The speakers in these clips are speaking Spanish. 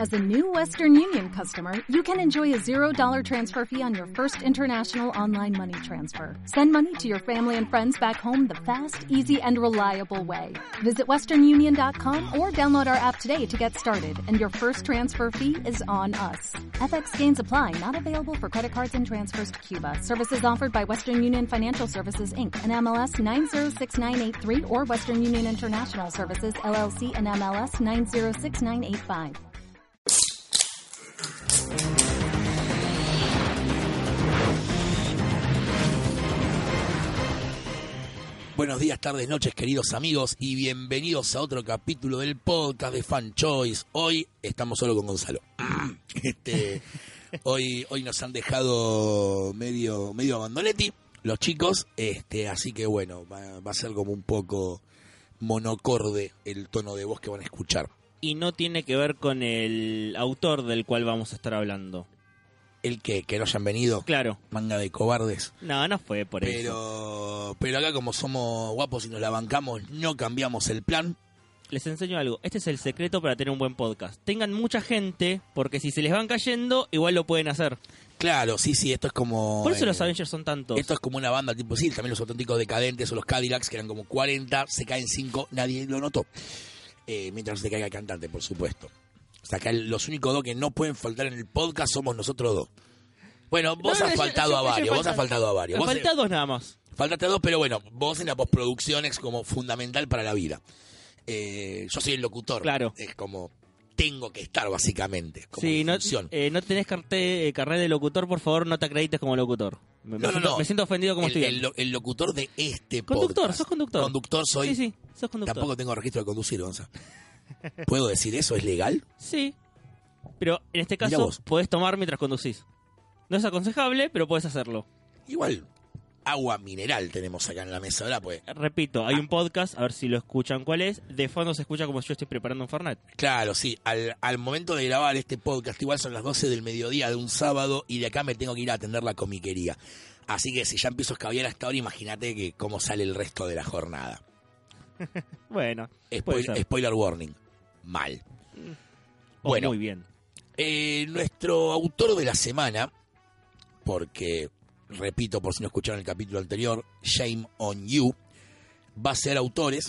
As a new Western Union customer, you can enjoy a $0 transfer fee on your first international online money transfer. Send money to your family and friends back home the fast, easy, and reliable way. Visit westernunion.com or download our app today to get started, and your first transfer fee is on us. FX gains apply, not available for credit cards and transfers to Cuba. Services offered by Western Union Financial Services, Inc., and MLS 906983, or Western Union International Services, LLC, and MLS 906985. Buenos días, tardes, noches, queridos amigos, y bienvenidos a otro capítulo del podcast de Fan Choice. Hoy estamos solo con Gonzalo. Hoy nos han dejado medio abandonetti los chicos, así que bueno, va a ser como un poco monocorde el tono de voz que van a escuchar. Y no tiene que ver con el autor del cual vamos a estar hablando. ¿El qué? ¿Que no hayan venido? Claro. Manga de cobardes. No fue por eso. Pero acá, como somos guapos y nos la bancamos, no cambiamos el plan. Les enseño algo. Este es el secreto para tener un buen podcast. Tengan mucha gente, porque si se les van cayendo, igual lo pueden hacer. Claro, sí, esto es como... Por eso los Avengers son tantos. Esto es como una banda tipo, sí, también los auténticos decadentes o los Cadillacs, que eran como 40, se caen 5, nadie lo notó. Mientras se caiga el cantante, por supuesto. O sea, acá los únicos dos que no pueden faltar en el podcast somos nosotros dos. Bueno, vos has faltado a varios, Me faltan dos nada más. Faltaste a dos, pero bueno, vos en la postproducción es como fundamental para la vida. Yo soy el locutor. Claro. Es como, tengo que estar básicamente. Como sí, no tenés carnet de locutor, por favor, no te acredites como locutor. No. Me siento ofendido como estudiante. El locutor de este conductor, podcast. Sos conductor. Conductor soy. Sí, sos conductor. Tampoco tengo registro de conducir, Gonzalo. ¿Puedo decir eso? ¿Es legal? Sí. Pero en este caso podés tomar mientras conducís. No es aconsejable, pero podés hacerlo. Igual, agua mineral tenemos acá en la mesa, ¿verdad? Pues, repito, hay un podcast, a ver si lo escuchan cuál es. De fondo se escucha como si yo estoy preparando un Fernet. Claro, sí. Al momento de grabar este podcast, igual son las 12 del mediodía de un sábado y de acá me tengo que ir a atender la comiquería. Así que si ya empiezo a escabiar hasta ahora, imagínate que cómo sale el resto de la jornada. Bueno, spoiler warning. Mal. Bueno, muy bien. Nuestro autor de la semana, porque, repito, por si no escucharon el capítulo anterior, Shame on You, va a ser autores.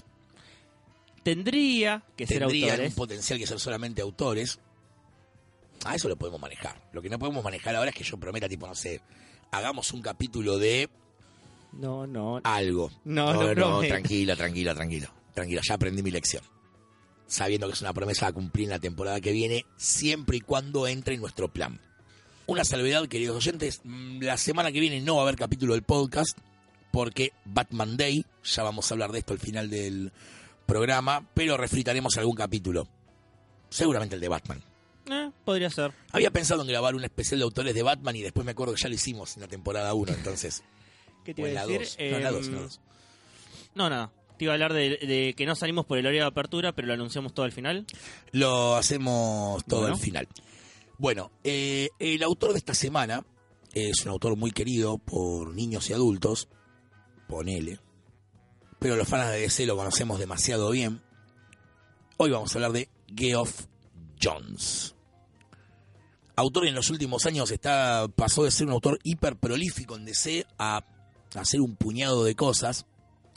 Tendrían un potencial que ser solamente autores. Eso lo podemos manejar. Lo que no podemos manejar ahora es que yo prometa, tipo, no sé, hagamos un capítulo de... No. Algo. No, tranquila. Ya aprendí mi lección. Sabiendo que es una promesa a cumplir en la temporada que viene, siempre y cuando entre en nuestro plan. Una salvedad, queridos oyentes, la semana que viene no va a haber capítulo del podcast, porque Batman Day, ya vamos a hablar de esto al final del programa, pero refritaremos algún capítulo. Seguramente el de Batman. Podría ser. Había pensado en grabar un especial de autores de Batman y después me acuerdo que ya lo hicimos en la temporada 1, entonces... ¿Qué te iba a decir? En la 2. No, nada. Te iba a hablar de que no salimos por el horario de apertura, pero lo anunciamos todo al final. Lo hacemos todo al final. Bueno, el autor de esta semana es un autor muy querido por niños y adultos, ponele, pero los fans de DC lo conocemos demasiado bien. Hoy vamos a hablar de Geoff Johns. Autor que en los últimos años pasó de ser un autor hiper prolífico en DC a hacer un puñado de cosas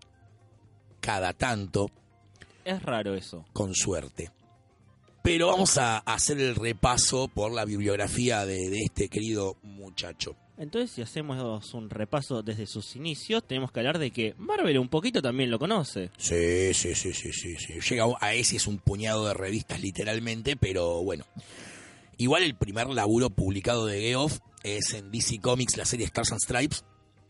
cada tanto. Es raro eso. Con suerte. Pero vamos a hacer el repaso por la bibliografía de este querido muchacho. Entonces, si hacemos un repaso desde sus inicios, tenemos que hablar de que Marvel un poquito también lo conoce. Sí. Llega a ese, es un puñado de revistas literalmente, pero bueno. Igual el primer laburo publicado de Geoff es en DC Comics, la serie Stars and Stripes.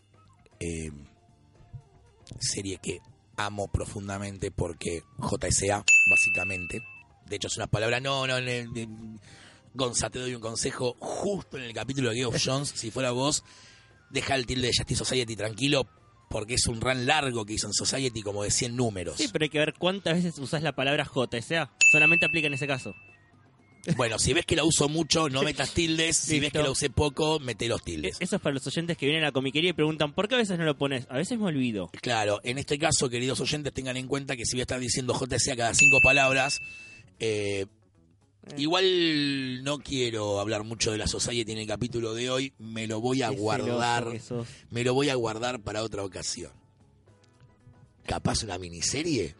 Serie que amo profundamente porque JSA, básicamente. De hecho, es una palabra... Gonza, te doy un consejo. Justo en el capítulo de Geoff Johns, si fuera vos, deja el tilde de Justice Society tranquilo, porque es un run largo que hizo en Society como de 100 números. Sí, pero hay que ver cuántas veces usás la palabra JSA. Solamente aplica en ese caso. Bueno, si ves que la uso mucho, no metas tildes. Si ves que la usé poco, mete los tildes. Eso es para los oyentes que vienen a la comiquería y preguntan, ¿por qué a veces no lo pones? A veces me olvido. Claro, en este caso, queridos oyentes, tengan en cuenta que si voy a estar diciendo JSA cada 5 palabras, Igual no quiero hablar mucho de la Society en el capítulo de hoy, me lo voy a guardar para otra ocasión. ¿Capaz una miniserie?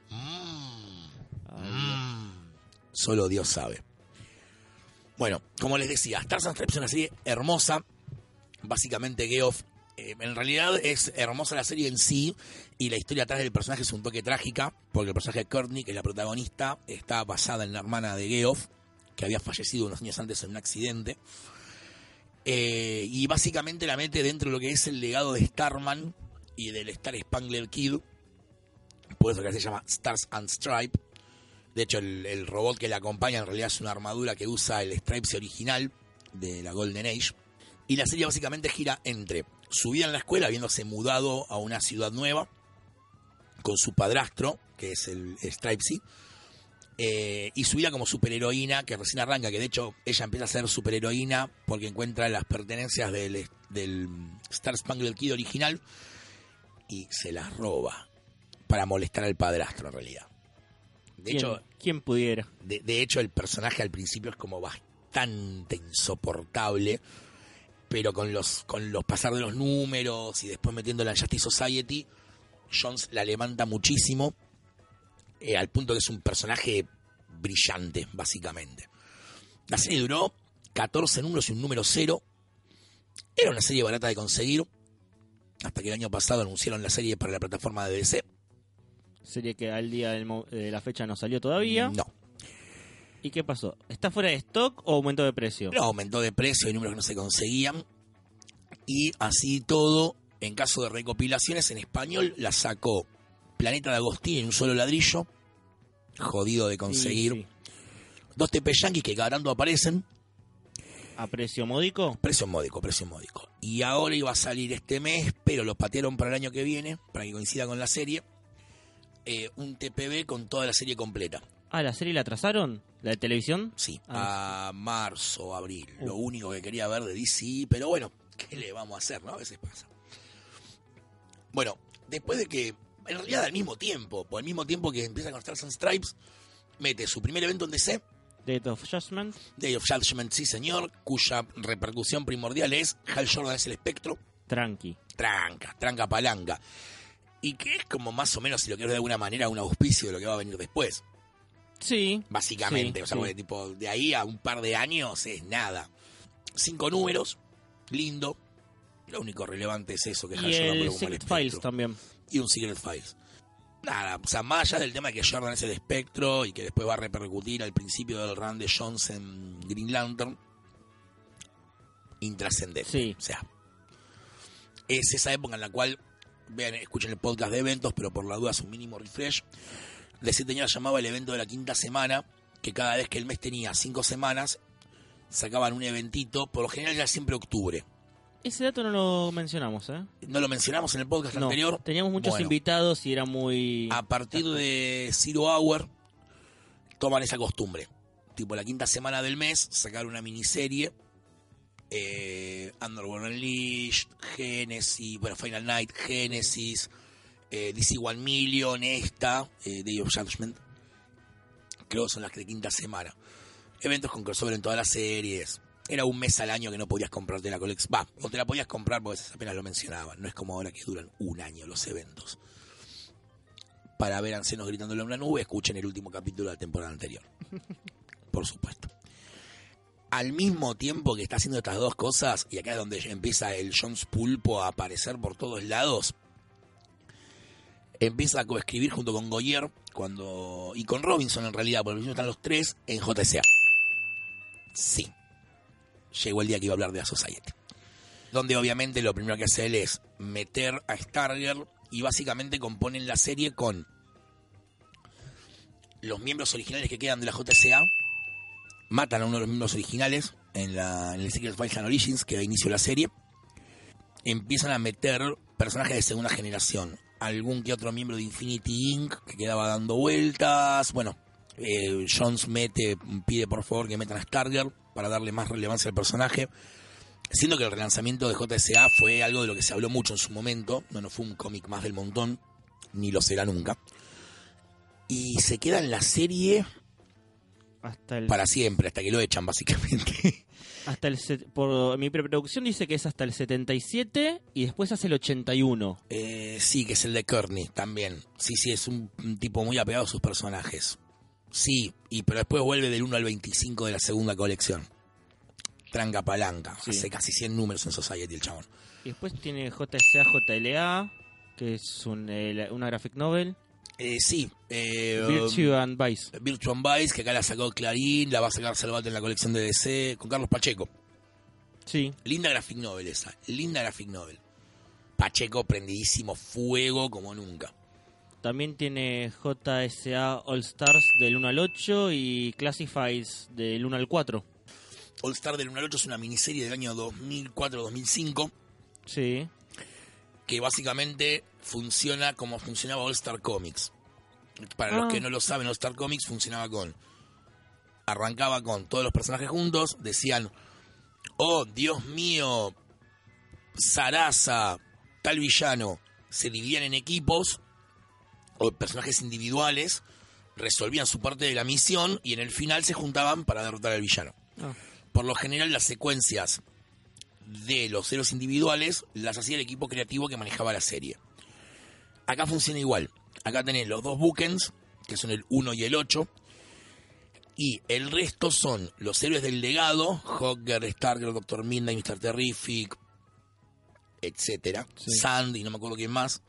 Solo Dios sabe. Bueno, como les decía, Stars and Stripes es una serie hermosa. Básicamente Geoff, en realidad es hermosa la serie en sí, y la historia atrás del personaje es un toque trágica, porque el personaje de Courtney, que es la protagonista, está basada en la hermana de Geoff, que había fallecido unos años antes en un accidente. Y básicamente la mete dentro de lo que es el legado de Starman y del Star Spangled Kid. Por eso que se llama Stars and Stripes. De hecho, el robot que la acompaña en realidad es una armadura que usa el Stripes original de la Golden Age. Y la serie básicamente gira entre su vida en la escuela, habiéndose mudado a una ciudad nueva, con su padrastro, que es el Stripesy, y su vida como superheroína, que recién arranca, que de hecho ella empieza a ser superheroína porque encuentra las pertenencias del Star Spangled Kid original y se las roba para molestar al padrastro en realidad. De hecho, ¿quién pudiera? De hecho, el personaje al principio es como bastante insoportable, pero con los pasar de los números y después metiéndola en Justice Society, Jones la levanta muchísimo, al punto que es un personaje brillante, básicamente. La serie duró 14 números y un número 0. Era una serie barata de conseguir, hasta que el año pasado anunciaron la serie para la plataforma de DC. Serie que al día de la fecha no salió todavía. No. ¿Y qué pasó? ¿Está fuera de stock o aumentó de precio? No, aumentó de precio, hay números que no se conseguían. Y así todo, en caso de recopilaciones en español, la sacó Planeta de Agostini en un solo ladrillo. Jodido de conseguir. Sí. 2 TP Yankees que cada tanto aparecen. ¿A precio módico? Precio módico. Y ahora iba a salir este mes, pero lo patearon para el año que viene, para que coincida con la serie. Un TPB con toda la serie completa. Ah, ¿la serie la atrasaron? ¿La de televisión? Sí, a marzo, abril. Lo único que quería ver de DC, pero bueno, ¿qué le vamos a hacer, no? A veces pasa. Bueno, después de que, en realidad al mismo tiempo que empieza con Stars and Stripes, mete su primer evento en DC. Day of Judgment. Day of Judgment, sí señor, cuya repercusión primordial es Hal Jordan es el espectro. Tranca palanca. Y que es como más o menos, si lo quiero de alguna manera, un auspicio de lo que va a venir después. Sí. Básicamente, sí, o sea, porque tipo, de ahí a un par de años es nada. 5 números, lindo. Lo único relevante es eso, que Hal Jordan y el Secret Files también. Y un Secret Files. Nada, o sea, más allá del tema de que Jordan es el espectro y que después va a repercutir al principio del run de Jones en Green Lantern, intrascendente. Sí. O sea, es esa época en la cual, vean, escuchen el podcast de eventos, pero por la duda es un mínimo refresh. DC tenía llamaba el evento de la quinta semana, que cada vez que el mes tenía 5 semanas, sacaban un eventito, por lo general ya siempre octubre. Ese dato no lo mencionamos, ¿eh? No lo mencionamos en el podcast anterior. Teníamos muchos invitados y era muy... A partir de Zero Hour, toman esa costumbre. Tipo, la quinta semana del mes, sacar una miniserie. Underworld Unleashed, Genesis, bueno, Final Night, Genesis, DC 1 Million, Day of Judgment. Creo que son las de quinta semana. Eventos con crossover en todas las series. Era un mes al año que no podías comprarte la colección. O te la podías comprar porque apenas lo mencionaban. No es como ahora que duran un año los eventos. Para ver ancianos gritándole en la nube, escuchen el último capítulo de la temporada anterior. Por supuesto. Al mismo tiempo que está haciendo estas dos cosas, y acá es donde empieza el Jones Pulpo a aparecer por todos lados, empieza a coescribir junto con Goyer y con Robinson en realidad, porque están los tres en JSA. Sí. Llegó el día que iba a hablar de la Society. Donde obviamente lo primero que hace él es meter a Stargirl y básicamente componen la serie con los miembros originales que quedan de la JSA. Matan a uno de los miembros originales en el Secret Files and Origins, que da inicio a la serie. Empiezan a meter personajes de segunda generación. Algún que otro miembro de Infinity Inc. que quedaba dando vueltas. Bueno, Jones pide por favor que metan a Stargirl para darle más relevancia al personaje. Siendo que el relanzamiento de JSA fue algo de lo que se habló mucho en su momento. No fue un cómic más del montón, ni lo será nunca. Y se queda en la serie Para siempre, hasta que lo echan, básicamente. Por mi preproducción dice que es hasta el 77 y después hace el 81. Sí, que es el de Kearney también. Sí, es un tipo muy apegado a sus personajes. Sí, pero después vuelve del 1 al 25 de la segunda colección. Tranca palanca. Sí. Hace casi 100 números en Society el chabón. Y después tiene JSA JLA, que es una graphic novel. Sí. Virtue and Vice. Virtue and Vice, que acá la sacó Clarín, la va a sacar Salvato en la colección de DC, con Carlos Pacheco. Sí. Linda graphic novel esa, linda graphic novel. Pacheco prendidísimo fuego como nunca. También tiene JSA All Stars del 1 al 8 y Classifieds del 1 al 4. All Star del 1 al 8 es una miniserie del año 2004-2005. Sí. Que básicamente funciona como funcionaba All Star Comics. Para los que no lo saben, All Star Comics arrancaba con todos los personajes juntos, decían, oh, Dios mío, Sarasa, tal villano, se dividían en equipos o personajes individuales, resolvían su parte de la misión y en el final se juntaban para derrotar al villano. Por lo general las secuencias de los héroes individuales las hacía el equipo creativo que manejaba la serie. Acá funciona igual. Acá tenés los dos bookends, que son el 1 y el 8, y el resto son los héroes del legado, Hawker, Stargirl, Dr. Midnight, Mr. Terrific, etcétera, sí. Sandy, no me acuerdo quién más,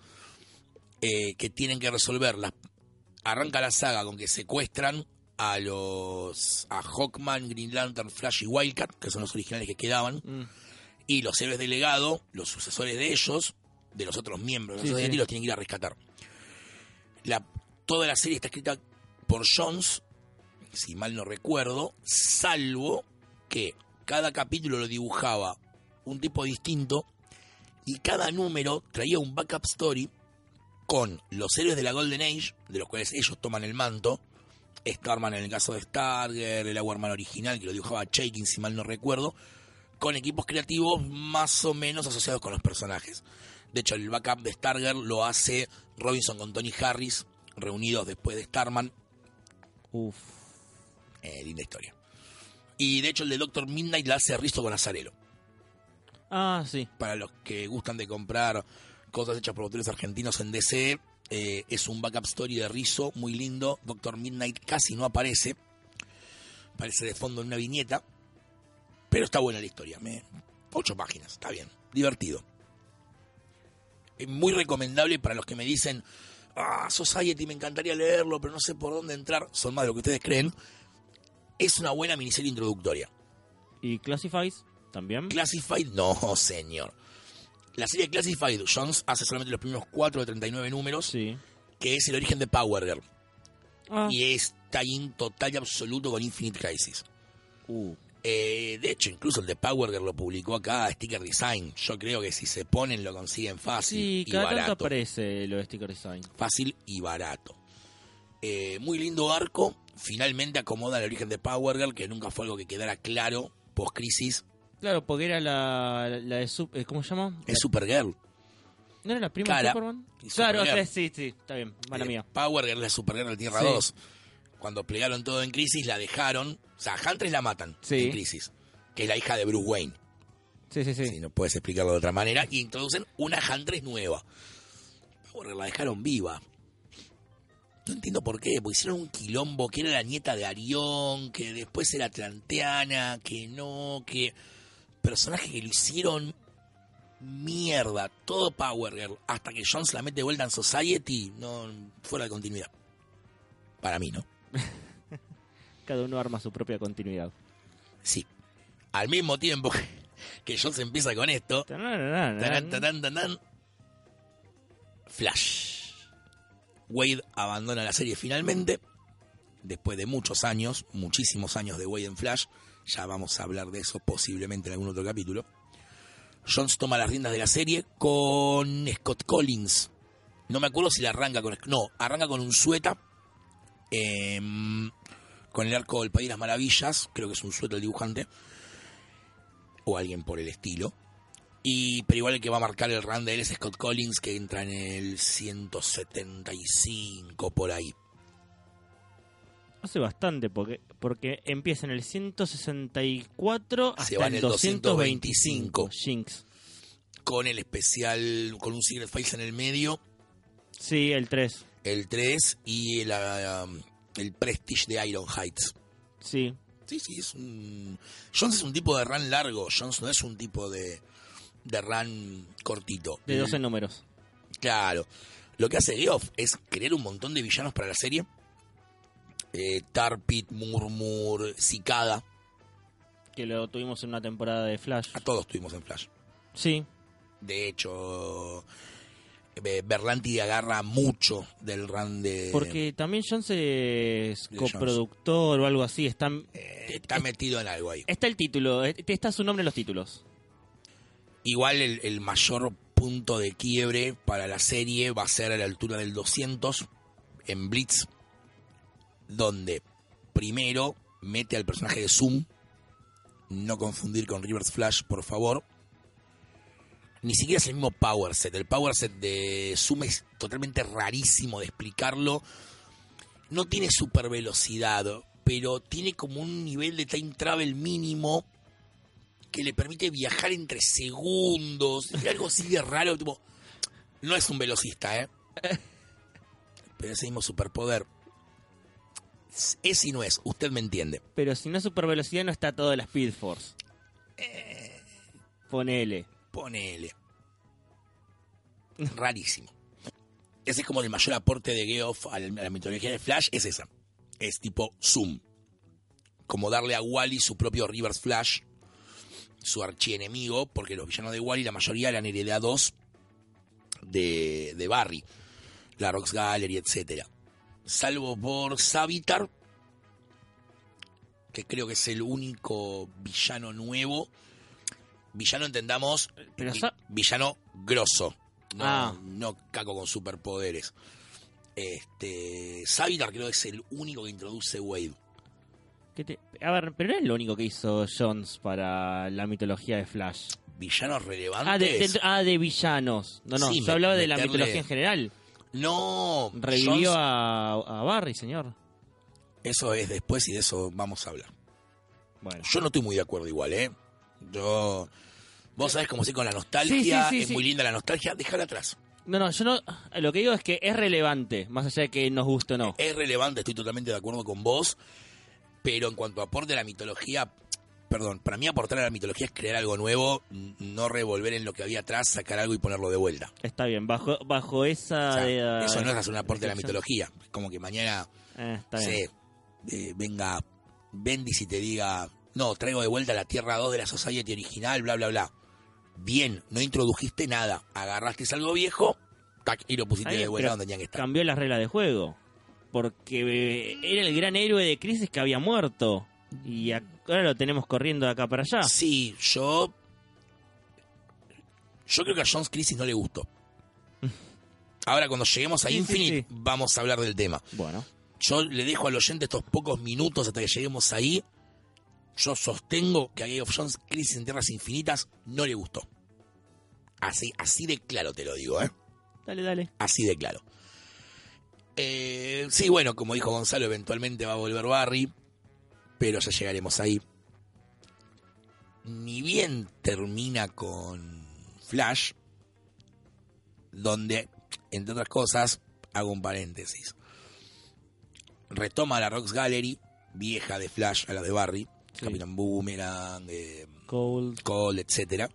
que tienen que resolverlas. Arranca la saga con que secuestran a Hawkman, Green Lantern, Flash y Wildcat, que son los originales que quedaban. Y los héroes del legado, los sucesores de ellos, de los otros miembros de la sociedad, los tienen que ir a rescatar. Toda la serie está escrita por Jones, si mal no recuerdo, salvo que cada capítulo lo dibujaba un tipo distinto y cada número traía un backup story con los héroes de la Golden Age, de los cuales ellos toman el manto. Starman en el caso de Stargirl, el Hourman original que lo dibujaba Chaikin, si mal no recuerdo, con equipos creativos más o menos asociados con los personajes. De hecho, el backup de Stargirl lo hace Robinson con Tony Harris, reunidos después de Starman. Linda historia. Y de hecho, el de Dr. Midnight la hace Risto con Azarelo. Sí. Para los que gustan de comprar cosas hechas por autores argentinos en DC, es un backup story de Rizzo, muy lindo. Dr. Midnight casi no aparece. Aparece de fondo en una viñeta. Pero está buena la historia. 8 páginas, está bien. Divertido. Muy recomendable para los que me dicen, Society me encantaría leerlo, pero no sé por dónde entrar. Son más de lo que ustedes creen. Es una buena miniserie introductoria. ¿Y Classifieds también? Classified, no, señor. La serie Classified, Jones hace solamente los primeros 4 de 39 números, sí. Que es el origen de Power Girl. Y es tie-in total y absoluto con Infinite Crisis. De hecho, incluso el de Power Girl lo publicó acá Sticker Design. Yo creo que si se ponen lo consiguen fácil y cada barato. tanto aparece lo de Sticker Design. Fácil y barato. Muy lindo arco. Finalmente acomoda el origen de Power Girl, que nunca fue algo que quedara claro post-crisis. Claro, porque era la de ¿cómo se llama? Es Supergirl. ¿No era la prima de Superman? Claro, sí, está bien, mala mía. Power Girl es la Supergirl de Tierra 2. Cuando plegaron todo en Crisis, la dejaron. O sea, Huntress la matan en Crisis, que es la hija de Bruce Wayne. Sí, no puedes explicarlo de otra manera. Y introducen una Huntress nueva. Power Girl la dejaron viva. No entiendo por qué, porque hicieron un quilombo, que era la nieta de Arión, que después era atlanteana, que no, que... Personaje que lo hicieron mierda, todo Power Girl, hasta que Jones la mete de vuelta en Society, no, fuera de continuidad. Para mí, ¿no? Cada uno arma su propia continuidad. Sí. Al mismo tiempo que Jones empieza con esto, Flash. Wade abandona la serie finalmente, después de muchos años, muchísimos años de Wade en Flash. Ya vamos a hablar de eso posiblemente en algún otro capítulo. Jones toma las riendas de la serie con Scott Collins. No me acuerdo si la arranca con... No, arranca con un Sueta. Con el arco del País de las Maravillas. Creo que es un Sueta el dibujante. O alguien por el estilo. Pero igual el que va a marcar el run de él es Scott Collins, que entra en el 175 por ahí. Hace bastante, porque empieza en el 164 Se va hasta en el el 225. 225. Jinx. Con el especial, con un Secret Files en el medio, Sí, el 3. el 3 y el Prestige de Iron Heights. Sí. Sí, es un... Jones es un tipo de run largo, Jones no es un tipo de run cortito. De 12 números. Claro. Lo que hace Geoff es crear un montón de villanos para la serie. Tar-Pit, Murmur, Cicada. Que lo tuvimos en una temporada de Flash. A todos tuvimos en Flash. Sí. De hecho, Berlanti agarra mucho del run de... Porque también Jones es de coproductor o algo así. Está metido en algo ahí. el título. Está su nombre en los títulos. Igual el mayor punto de quiebre para la serie va a ser a la altura del 200 en Blitz, donde primero mete al personaje de Zoom, no confundir con Reverse Flash, por favor. Ni siquiera es el mismo power set. El power set de Zoom es totalmente rarísimo de explicarlo. No tiene super velocidad, pero tiene como un nivel de time travel mínimo que le permite viajar entre segundos. Y algo así de raro. Tipo, no es un velocista, pero ese mismo superpoder es y no es. Usted me entiende. Pero si no es super velocidad, no está todo la Speed Force. Ponele. Rarísimo. Ese es como el mayor aporte de Geoff a la mitología de Flash. Es esa. Es tipo Zoom. Como darle a Wally su propio Reverse Flash, su archienemigo, porque los villanos de Wally la mayoría eran heredados de Barry, la Rogues Gallery, etcétera. Salvo por Savitar, que creo que es el único villano nuevo. Villano, entendamos, Pero villano grosso, Ah. no caco con superpoderes. Savitar creo que es el único que introduce Wade. A ver, pero no es lo único que hizo Jones para la mitología de Flash. ¿Villanos relevantes? De villanos. No, Sí, yo hablaba de la meterle- mitología en general. No, Revivió Jones, a Barry, señor. eso es después y de eso vamos a hablar. Bueno. Yo no estoy muy de acuerdo igual, Vos sabés cómo soy con la nostalgia, Sí. es muy linda la nostalgia, déjala atrás. No, yo no. Lo que digo es que es relevante, más allá de que nos guste o no. Es relevante, estoy totalmente de acuerdo con vos, pero en cuanto a aporte a la mitología, para mí aportar a la mitología es crear algo nuevo, no revolver en lo que había atrás, sacar algo y ponerlo de vuelta. Está bien, bajo esa... O sea, eso no es hacer un aporte a la reflexión. mitología, como que mañana, Está bien. venga Bendis y te diga, no, traigo de vuelta la Tierra 2 de la Society original, bla, bla, bla. Bien, no introdujiste nada, agarraste algo viejo, tac, y lo pusiste Ahí, de vuelta pero donde tenía que estar. Cambió las reglas de juego. Porque era el gran héroe de Crisis que había muerto. Y ahora lo tenemos corriendo de acá para allá. Sí, yo creo que a Jones Crisis no le gustó. Ahora cuando lleguemos a Sí, Infinite sí. vamos a hablar del tema. Bueno, Yo le dejo al oyente estos pocos minutos hasta que lleguemos ahí. Yo sostengo que a Game of Jones Crisis en Tierras Infinitas no le gustó. Así de claro te lo digo, dale. Así de claro. Sí, bueno, como dijo Gonzalo, eventualmente va a volver Barry, pero ya llegaremos ahí. Ni bien termina con Flash, donde, entre otras cosas, hago un paréntesis. Retoma la Rogues Gallery, vieja de Flash a la de Barry, Sí. Capitán Boomerang, Cold. etcétera.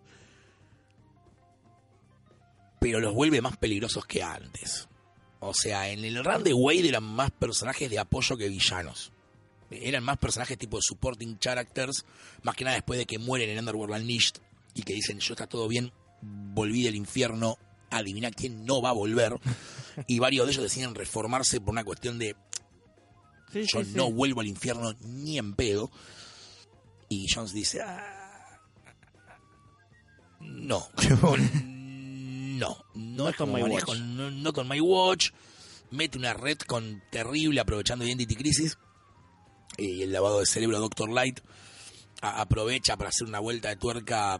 Pero los vuelve más peligrosos que antes. O sea, en el run de Wade eran más personajes de apoyo que villanos. Eran más personajes tipo de supporting characters, más que nada después de que mueren en Underworld Unleashed y que dicen, yo está todo bien, volví del infierno, adivina quién no va a volver. Y varios de ellos deciden reformarse por una cuestión de, yo no vuelvo al infierno ni en pedo. Y Jones dice, no. No es como manejo, no con My Watch. Mete una red con terrible aprovechando Identity Crisis y el lavado de cerebro Dr. Light aprovecha para hacer una vuelta de tuerca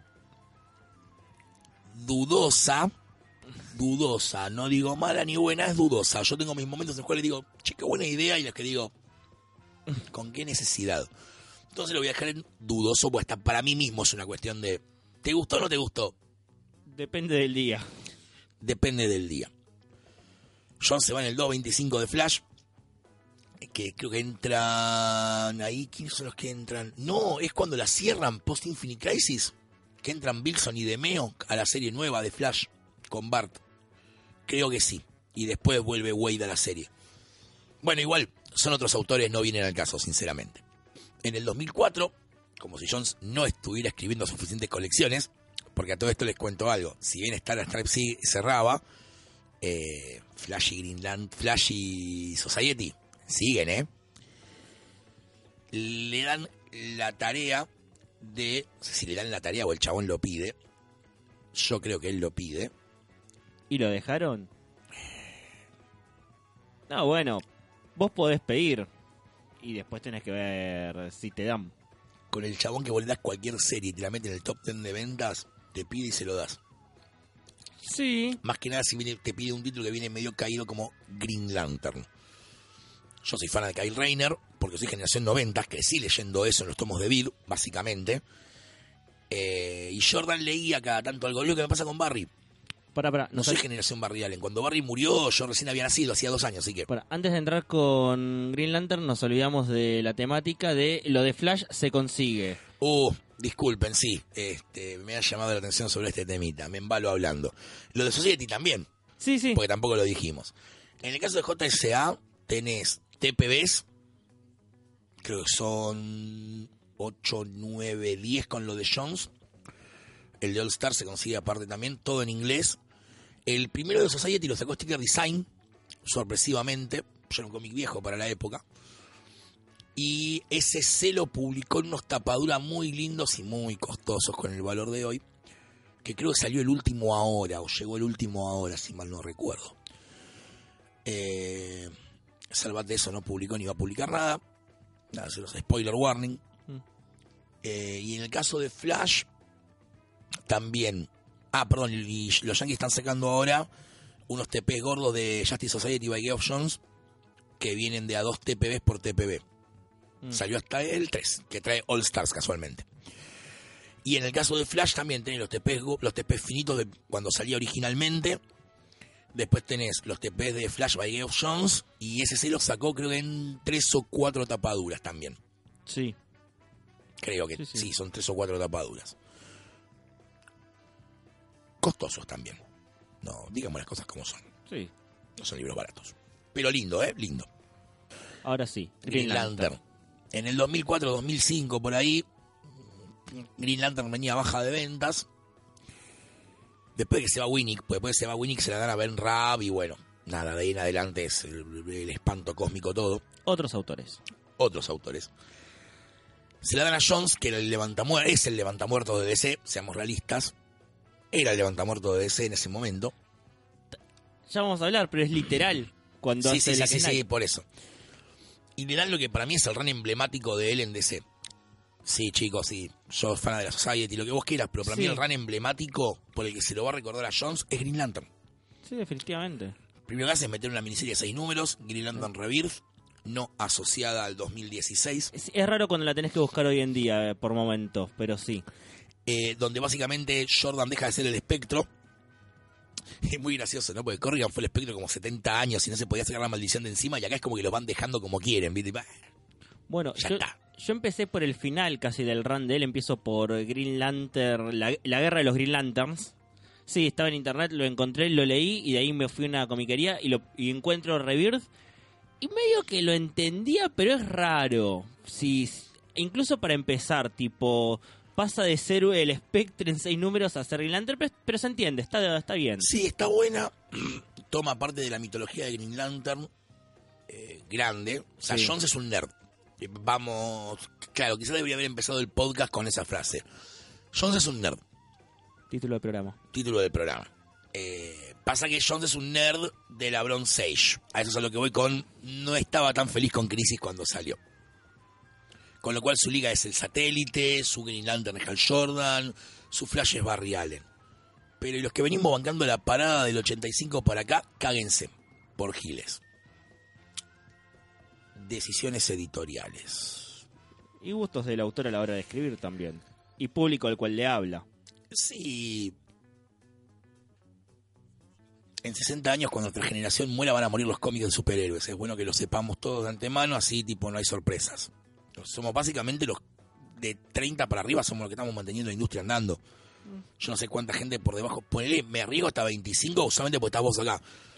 dudosa, no digo mala ni buena, es dudosa. Yo tengo mis momentos en los cuales digo, che, qué buena idea, y los que digo, ¿Con qué necesidad? Entonces lo voy a dejar en dudoso, porque hasta para mí mismo es una cuestión de ¿te gustó o no te gustó? Depende del día. Depende del día. John se va en el 2.25 de Flash, que creo que entran ahí. ¿Quiénes son los que entran? No, es cuando la cierran post Infinite Crisis, que entran Bilson y DeMeo a la serie nueva de Flash con Bart. Creo que sí. Y después vuelve Wade a la serie. Bueno, igual, son otros autores, no vienen al caso, sinceramente. En el 2004, como si Jones no estuviera escribiendo suficientes colecciones, porque a todo esto les cuento algo. Si bien Star Stripe cerraba, Flash y Greenland, Flash y Society siguen, le dan la tarea de... No sé si le dan la tarea o el chabón lo pide. Yo creo que él lo pide. ¿Y lo dejaron? No, bueno, vos podés pedir y después tenés que ver si te dan. Con el chabón que vos le das cualquier serie y te la mete en el top 10 de ventas, te pide y se lo das. Sí. Más que nada si te pide un título que viene medio caído como Green Lantern. Yo soy fan de Kyle Rayner, porque soy generación 90, crecí leyendo eso en los tomos de Vid, básicamente. Y Jordan leía cada tanto algo. Lo que me pasa con Barry. No soy generación Barry Allen. Cuando Barry murió, yo recién había nacido, hacía 2 años, así que... Antes de entrar con Green Lantern, nos olvidamos de la temática de lo de Flash se consigue. Disculpen, sí. Me ha llamado la atención sobre este temita. Me embalo hablando. Lo de Society también. Sí. Porque tampoco lo dijimos. En el caso de JSA, tenés TPBs. Creo que son 8, 9, 10 con lo de Jones. El de All Star se consigue aparte también, todo en inglés. El primero de Society lo sacó Sticker Design, sorpresivamente. Yo era un cómic viejo para la época. Y ese se lo publicó en unos tapaduras muy lindos y muy costosos con el valor de hoy. Que creo que salió el último ahora, o llegó el último ahora, si mal no recuerdo. Salvat de eso no publicó ni va a publicar nada. Nada, se los spoiler warning. Y en el caso de Flash, también. Y los Yankees están sacando ahora unos TPs gordos de Justice Society by Geoff Jones que vienen de a 2 TPBs por TPB. Salió hasta el 3, que trae All Stars casualmente. Y en el caso de Flash también tenés los TPs finitos de cuando salía originalmente. Después tenés los TPs de Flash by Geoff Jones. Y ese se los sacó creo que en 3 o 4 tapaduras también. Sí. Creo que sí, son 3 o 4 tapaduras. Costosos también. No, digamos las cosas como son. Sí. No son libros baratos. Pero lindo, lindo. Ahora sí. Green Lantern. En el 2004-2005, por ahí, Green Lantern venía baja de ventas. Después de que se va Winnick, pues después de que se va Winnick se la dan a Ben Raab y bueno, nada, de ahí en adelante es el espanto cósmico todo. Otros autores. Se la dan a Jones, que era es el levantamuertos de DC, seamos realistas. Era el levantamuertos de DC en ese momento. Ya vamos a hablar, pero es literal cuando hace la sí, por eso. Y le dan lo que para mí es el run emblemático de él en DC. Sí, chicos, sí. Yo soy fan de la Society, lo que vos quieras, pero para mí el run emblemático por el que se lo va a recordar a Jones es Green Lantern. Sí, definitivamente. Primero que hace es meter una miniserie de 6 números, Green Lantern Rebirth, no asociada al 2016. Es raro cuando la tenés que buscar hoy en día, por momentos, pero sí. Donde básicamente Jordan deja de ser el espectro. Es muy gracioso, ¿no? Porque Corrigan fue el espectro como 70 años y no se podía sacar la maldición de encima, y acá es como que lo van dejando como quieren, ¿viste? Bueno, yo empecé por el final casi del run de él, empiezo por Green Lantern, la guerra de los Green Lanterns. Sí, estaba en internet, lo encontré, lo leí y de ahí me fui a una comiquería y encuentro Rebirth y medio que lo entendía, pero es raro. Sí, incluso para empezar, tipo, pasa de ser el Spectre en 6 números a ser Green Lantern, pero se entiende, está bien. Sí, está buena. Toma parte de la mitología de Green Lantern grande. O sea, sí. Jones es un nerd. Vamos, claro, quizás debería haber empezado el podcast con esa frase. Jones es un nerd. Título del programa. Pasa que Jones es un nerd de la Bronze Age. A eso es a lo que voy con... No estaba tan feliz con Crisis cuando salió. Con lo cual su liga es el Satélite, su Green Lantern es Hal Jordan, su Flash es Barry Allen. Pero los que venimos bancando la parada del 85 para acá, cáguense por giles. decisiones editoriales. Y gustos del autor a la hora de escribir también. Y público al cual le habla. Sí. En 60 años, cuando nuestra generación muera, van a morir los cómics de superhéroes. Es bueno que lo sepamos todos de antemano, así tipo no hay sorpresas. Somos básicamente los de 30 para arriba, somos los que estamos manteniendo la industria andando. Yo no sé cuánta gente por debajo. Ponele, me arriesgo hasta 25 solamente porque estás vos acá.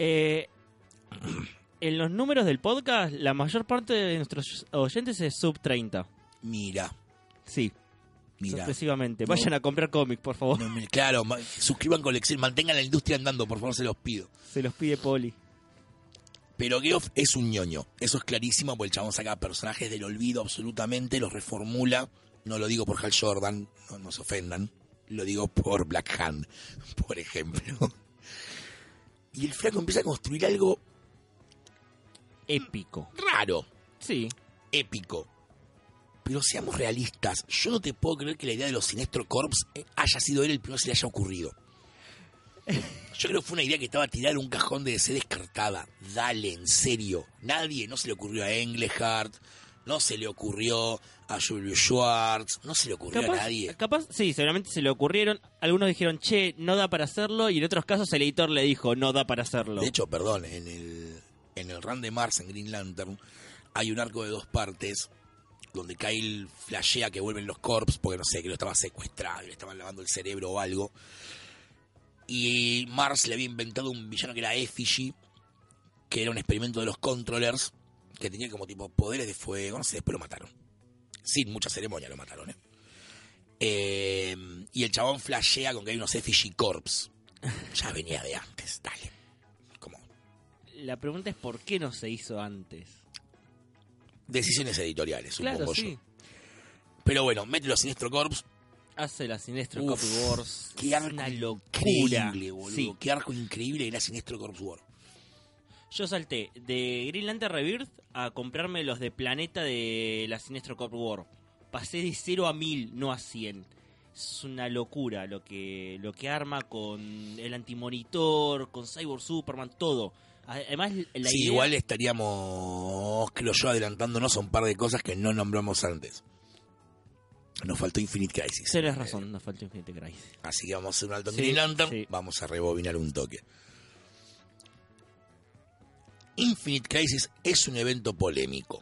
En los números del podcast, la mayor parte de nuestros oyentes es sub 30. Mira. Sí. Mira. Sorpresivamente. Vayan a comprar cómics, por favor. No, claro, suscriban colección, mantengan la industria andando, por favor, se los pido. Se los pide Poli. Pero Geoff es un ñoño. Eso es clarísimo, porque el chabón saca personajes del olvido absolutamente, los reformula. No lo digo por Hal Jordan, no se ofendan. Lo digo por Black Hand, por ejemplo. Y el flaco empieza a construir algo épico. Raro. Sí. Épico. Pero seamos realistas. Yo no te puedo creer que la idea de los Sinestro Corps haya sido él el primero que se le haya ocurrido. Yo creo que fue una idea que estaba tirada en un cajón de DC descartada. Dale, en serio. No se le ocurrió a Englehart, no se le ocurrió a Julius Schwartz, no se le ocurrió a nadie. Capaz, sí, seguramente se le ocurrieron. Algunos dijeron, che, no da para hacerlo. Y en otros casos el editor le dijo, no da para hacerlo. De hecho, perdón, en el run de Mars en Green Lantern hay un arco de 2 partes donde Kyle flashea que vuelven los Corps porque no sé, que lo estaban secuestrando, le estaban lavando el cerebro o algo. Y Mars le había inventado un villano que era Effigy, que era un experimento de los Controllers, que tenía como tipo poderes de fuego, no sé, después lo mataron. Sin mucha ceremonia lo mataron, y el chabón flashea con que hay unos Effigy Corps. Ya venía de antes, dale. ¿Cómo? La pregunta es ¿por qué no se hizo antes? Decisiones editoriales, claro, supongo sí. yo. Pero bueno, mete los Sinestro Corps. Hace la Sinestro Corps Wars. Qué arco una locura. Increíble, boludo. Sí. Qué arco increíble era Sinestro Corps Wars. Yo salté de Green Lantern Rebirth a comprarme los de Planeta de la Sinestro Corps War. Pasé de 0 a 1000, no a 100. Es una locura lo que arma con el antimonitor, con Cyborg Superman, todo. Además, la idea... igual estaríamos, creo yo, adelantándonos a un par de cosas que no nombramos antes. Nos faltó Infinite Crisis. Tienes razón, nos faltó Infinite Crisis. Así que vamos a hacer un alto en Green Lantern. Sí. Vamos a rebobinar un toque. Infinite Crisis es un evento polémico.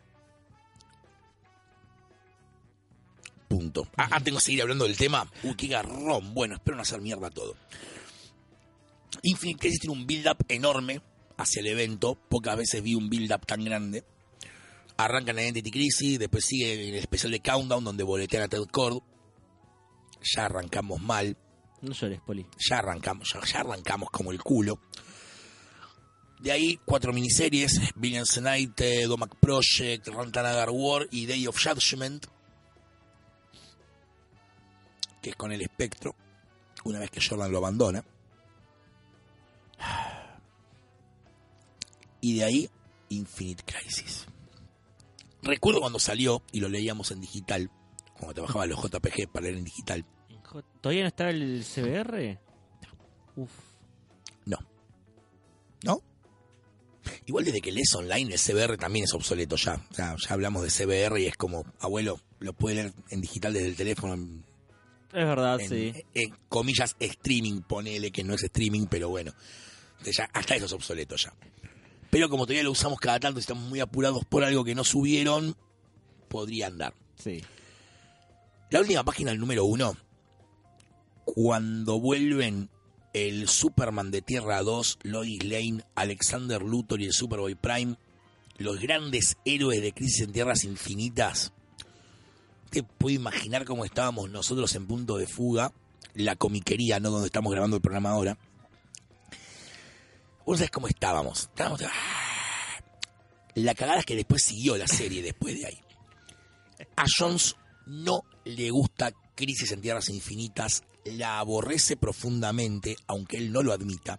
Punto. Tengo que seguir hablando del tema. Qué garrón. Bueno, espero no hacer mierda todo. Infinite Crisis tiene un build-up enorme hacia el evento. Pocas veces vi un build-up tan grande. Arranca en Identity Crisis, después sigue en el especial de Countdown, donde boletean a Ted Kord. Ya arrancamos mal. No llores, Poli. Ya arrancamos como el culo. De ahí 4 miniseries: Villains Night, Domac Project, Rantanagar War y Day of Judgment, que es con el Espectro, una vez que Jordan lo abandona. Y de ahí Infinite Crisis. Recuerdo cuando salió y lo leíamos en digital, cuando te bajaba los JPG para leer en digital. ¿Todavía no estaba el CBR? Uf. ¿No? Igual desde que lees online el CBR también es obsoleto ya. O sea, ya hablamos de CBR y es como, abuelo, lo puede leer en digital desde el teléfono. Es verdad, sí. En comillas, streaming, ponele que no es streaming, pero bueno. Ya, hasta eso es obsoleto ya. Pero como todavía lo usamos cada tanto y estamos muy apurados por algo que no subieron, podría andar. Sí. La última página, el número 1, cuando vuelven el Superman de Tierra 2, Lois Lane, Alexander Luthor y el Superboy Prime, los grandes héroes de Crisis en Tierras Infinitas. Te puedo imaginar cómo estábamos nosotros en Punto de Fuga, la comiquería, no donde estamos grabando el programa ahora. ¿Vos sabés cómo estábamos? La cagada es que después siguió la serie después de ahí. A Jones no le gusta Crisis en Tierras Infinitas, la aborrece profundamente, aunque él no lo admita,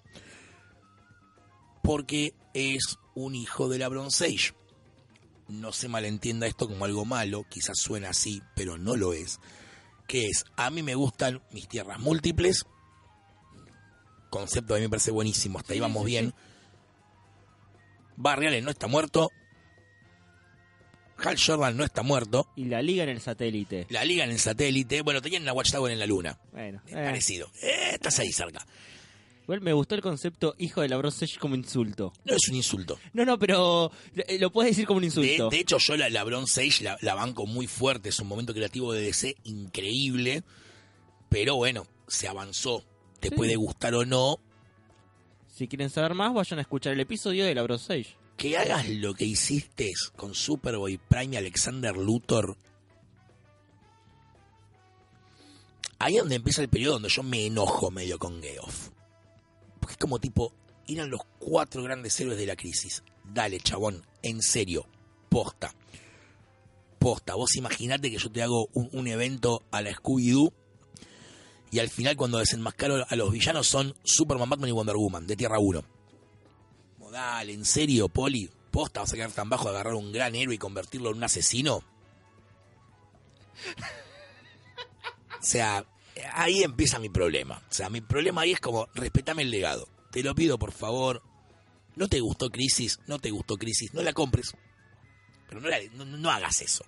porque es un hijo de la Bronze Age. No se malentienda esto como algo malo, quizás suena así, pero no lo es. Que es, a mí me gustan mis tierras múltiples, concepto a mí me parece buenísimo, hasta ahí vamos bien. Barry Allen no está muerto, Hal Jordan no está muerto. Y la liga en el satélite. La liga en el satélite. Bueno, tenían una Watchtower en la luna. Bueno. Parecido. Estás ahí cerca. Igual me gustó el concepto hijo de la Bronze Age como insulto. No es un insulto. No, pero lo puedes decir como un insulto. De hecho, yo la Bronze Age la banco muy fuerte. Es un momento creativo de DC increíble. Pero bueno, se avanzó. Te puede gustar o no. Si quieren saber más, vayan a escuchar el episodio de la Bronze Age. Que hagas lo que hiciste con Superboy Prime y Alexander Luthor. Ahí es donde empieza el periodo donde yo me enojo medio con Geoff. Porque es como tipo, eran los 4 grandes héroes de la crisis. Dale, chabón, en serio, posta. Vos imaginate que yo te hago un evento a la Scooby-Doo y al final cuando desenmascaro a los villanos son Superman, Batman y Wonder Woman, de Tierra 1. Dale, en serio, Poli, ¿posta vas a quedar tan bajo de agarrar un gran héroe y convertirlo en un asesino? O sea, ahí empieza mi problema. O sea, mi problema ahí es como, respetame el legado. Te lo pido, por favor. ¿No te gustó Crisis? No la compres. Pero no hagas eso.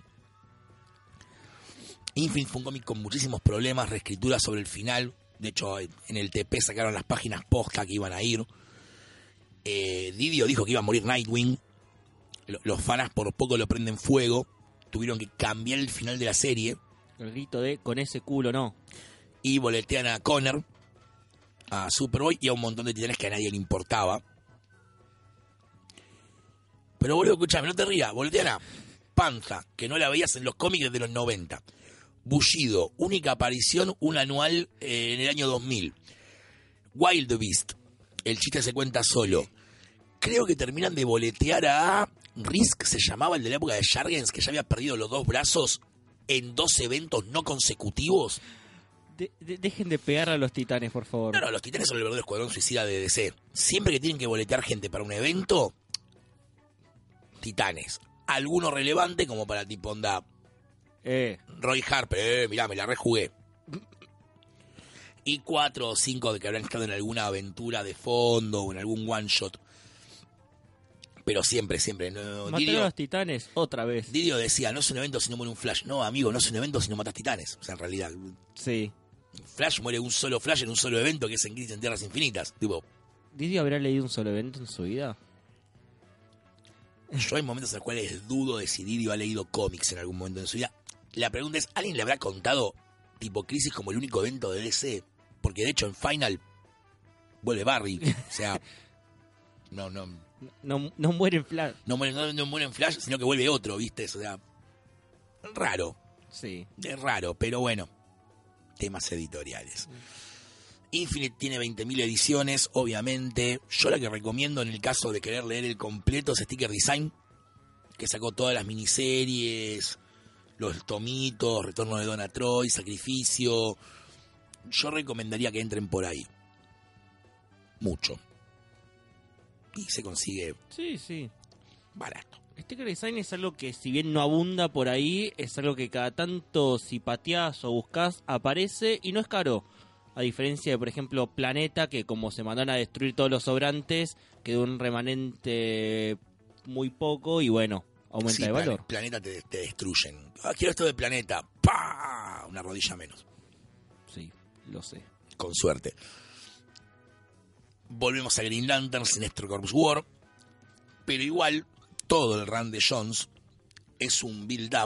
Infinite fue un cómic con muchísimos problemas, reescrituras sobre el final. De hecho, en el TP sacaron las páginas posta que iban a ir. Didio dijo que iba a morir Nightwing. Los fanas por poco lo prenden fuego. Tuvieron que cambiar el final de la serie. El grito de con ese culo no. Y boletean a Connor, a Superboy y a un montón de titanes que a nadie le importaba. Pero boludo, escuchame, no te rías. Boletean a Panza, que no la veías en los cómics desde los 90. Bushido, única aparición, un anual en el año 2000. Wild Beast, el chiste se cuenta solo. Creo que terminan de boletear a Risk, se llamaba el de la época de Jargens, que ya había perdido los 2 brazos en 2 eventos no consecutivos. Dejen de pegar a los titanes, por favor. No, los titanes son el verdadero escuadrón suicida de DC. Siempre que tienen que boletear gente para un evento, titanes. Alguno relevante como para tipo onda Roy Harper, mirá, me la rejugué. Y 4 o 5 de que habrán estado en alguna aventura de fondo o en algún one shot. Pero siempre. No, Matar a los titanes otra vez. Didio decía, no es un evento si no muere un Flash. No, amigo, no es un evento si no matas titanes. O sea, en realidad. Sí. Flash muere un solo Flash en un solo evento que es en Crisis en Tierras Infinitas. Tipo. ¿Didio habrá leído un solo evento en su vida? Yo hay momentos en los cuales dudo de si Didio ha leído cómics en algún momento en su vida. La pregunta es, ¿alguien le habrá contado tipo Crisis como el único evento de DC? Porque de hecho en Final vuelve Barry. O sea, no muere en Flash. No muere en Flash, sino que vuelve otro, ¿viste? O sea, raro. Sí. Es raro, pero bueno. Temas editoriales. Infinite tiene 20.000 ediciones, obviamente. Yo la que recomiendo en el caso de querer leer el completo es Sticker Design, que sacó todas las miniseries, los tomitos, Retorno de Donna Troy, Sacrificio. Yo recomendaría que entren por ahí. Mucho. Y se consigue sí barato. Sticker Design es algo que, si bien no abunda por ahí, es algo que cada tanto, si pateás o buscas, aparece y no es caro. A diferencia de, por ejemplo, Planeta, que como se mandaron a destruir todos los sobrantes, quedó un remanente muy poco y bueno, aumenta de valor. Planeta te destruyen. Quiero esto de Planeta. ¡Pah! Una rodilla menos. Sí, lo sé. Con suerte. Volvemos a Green Lantern, Sinestro Corps War. Pero igual, todo el run de Jones es un build-up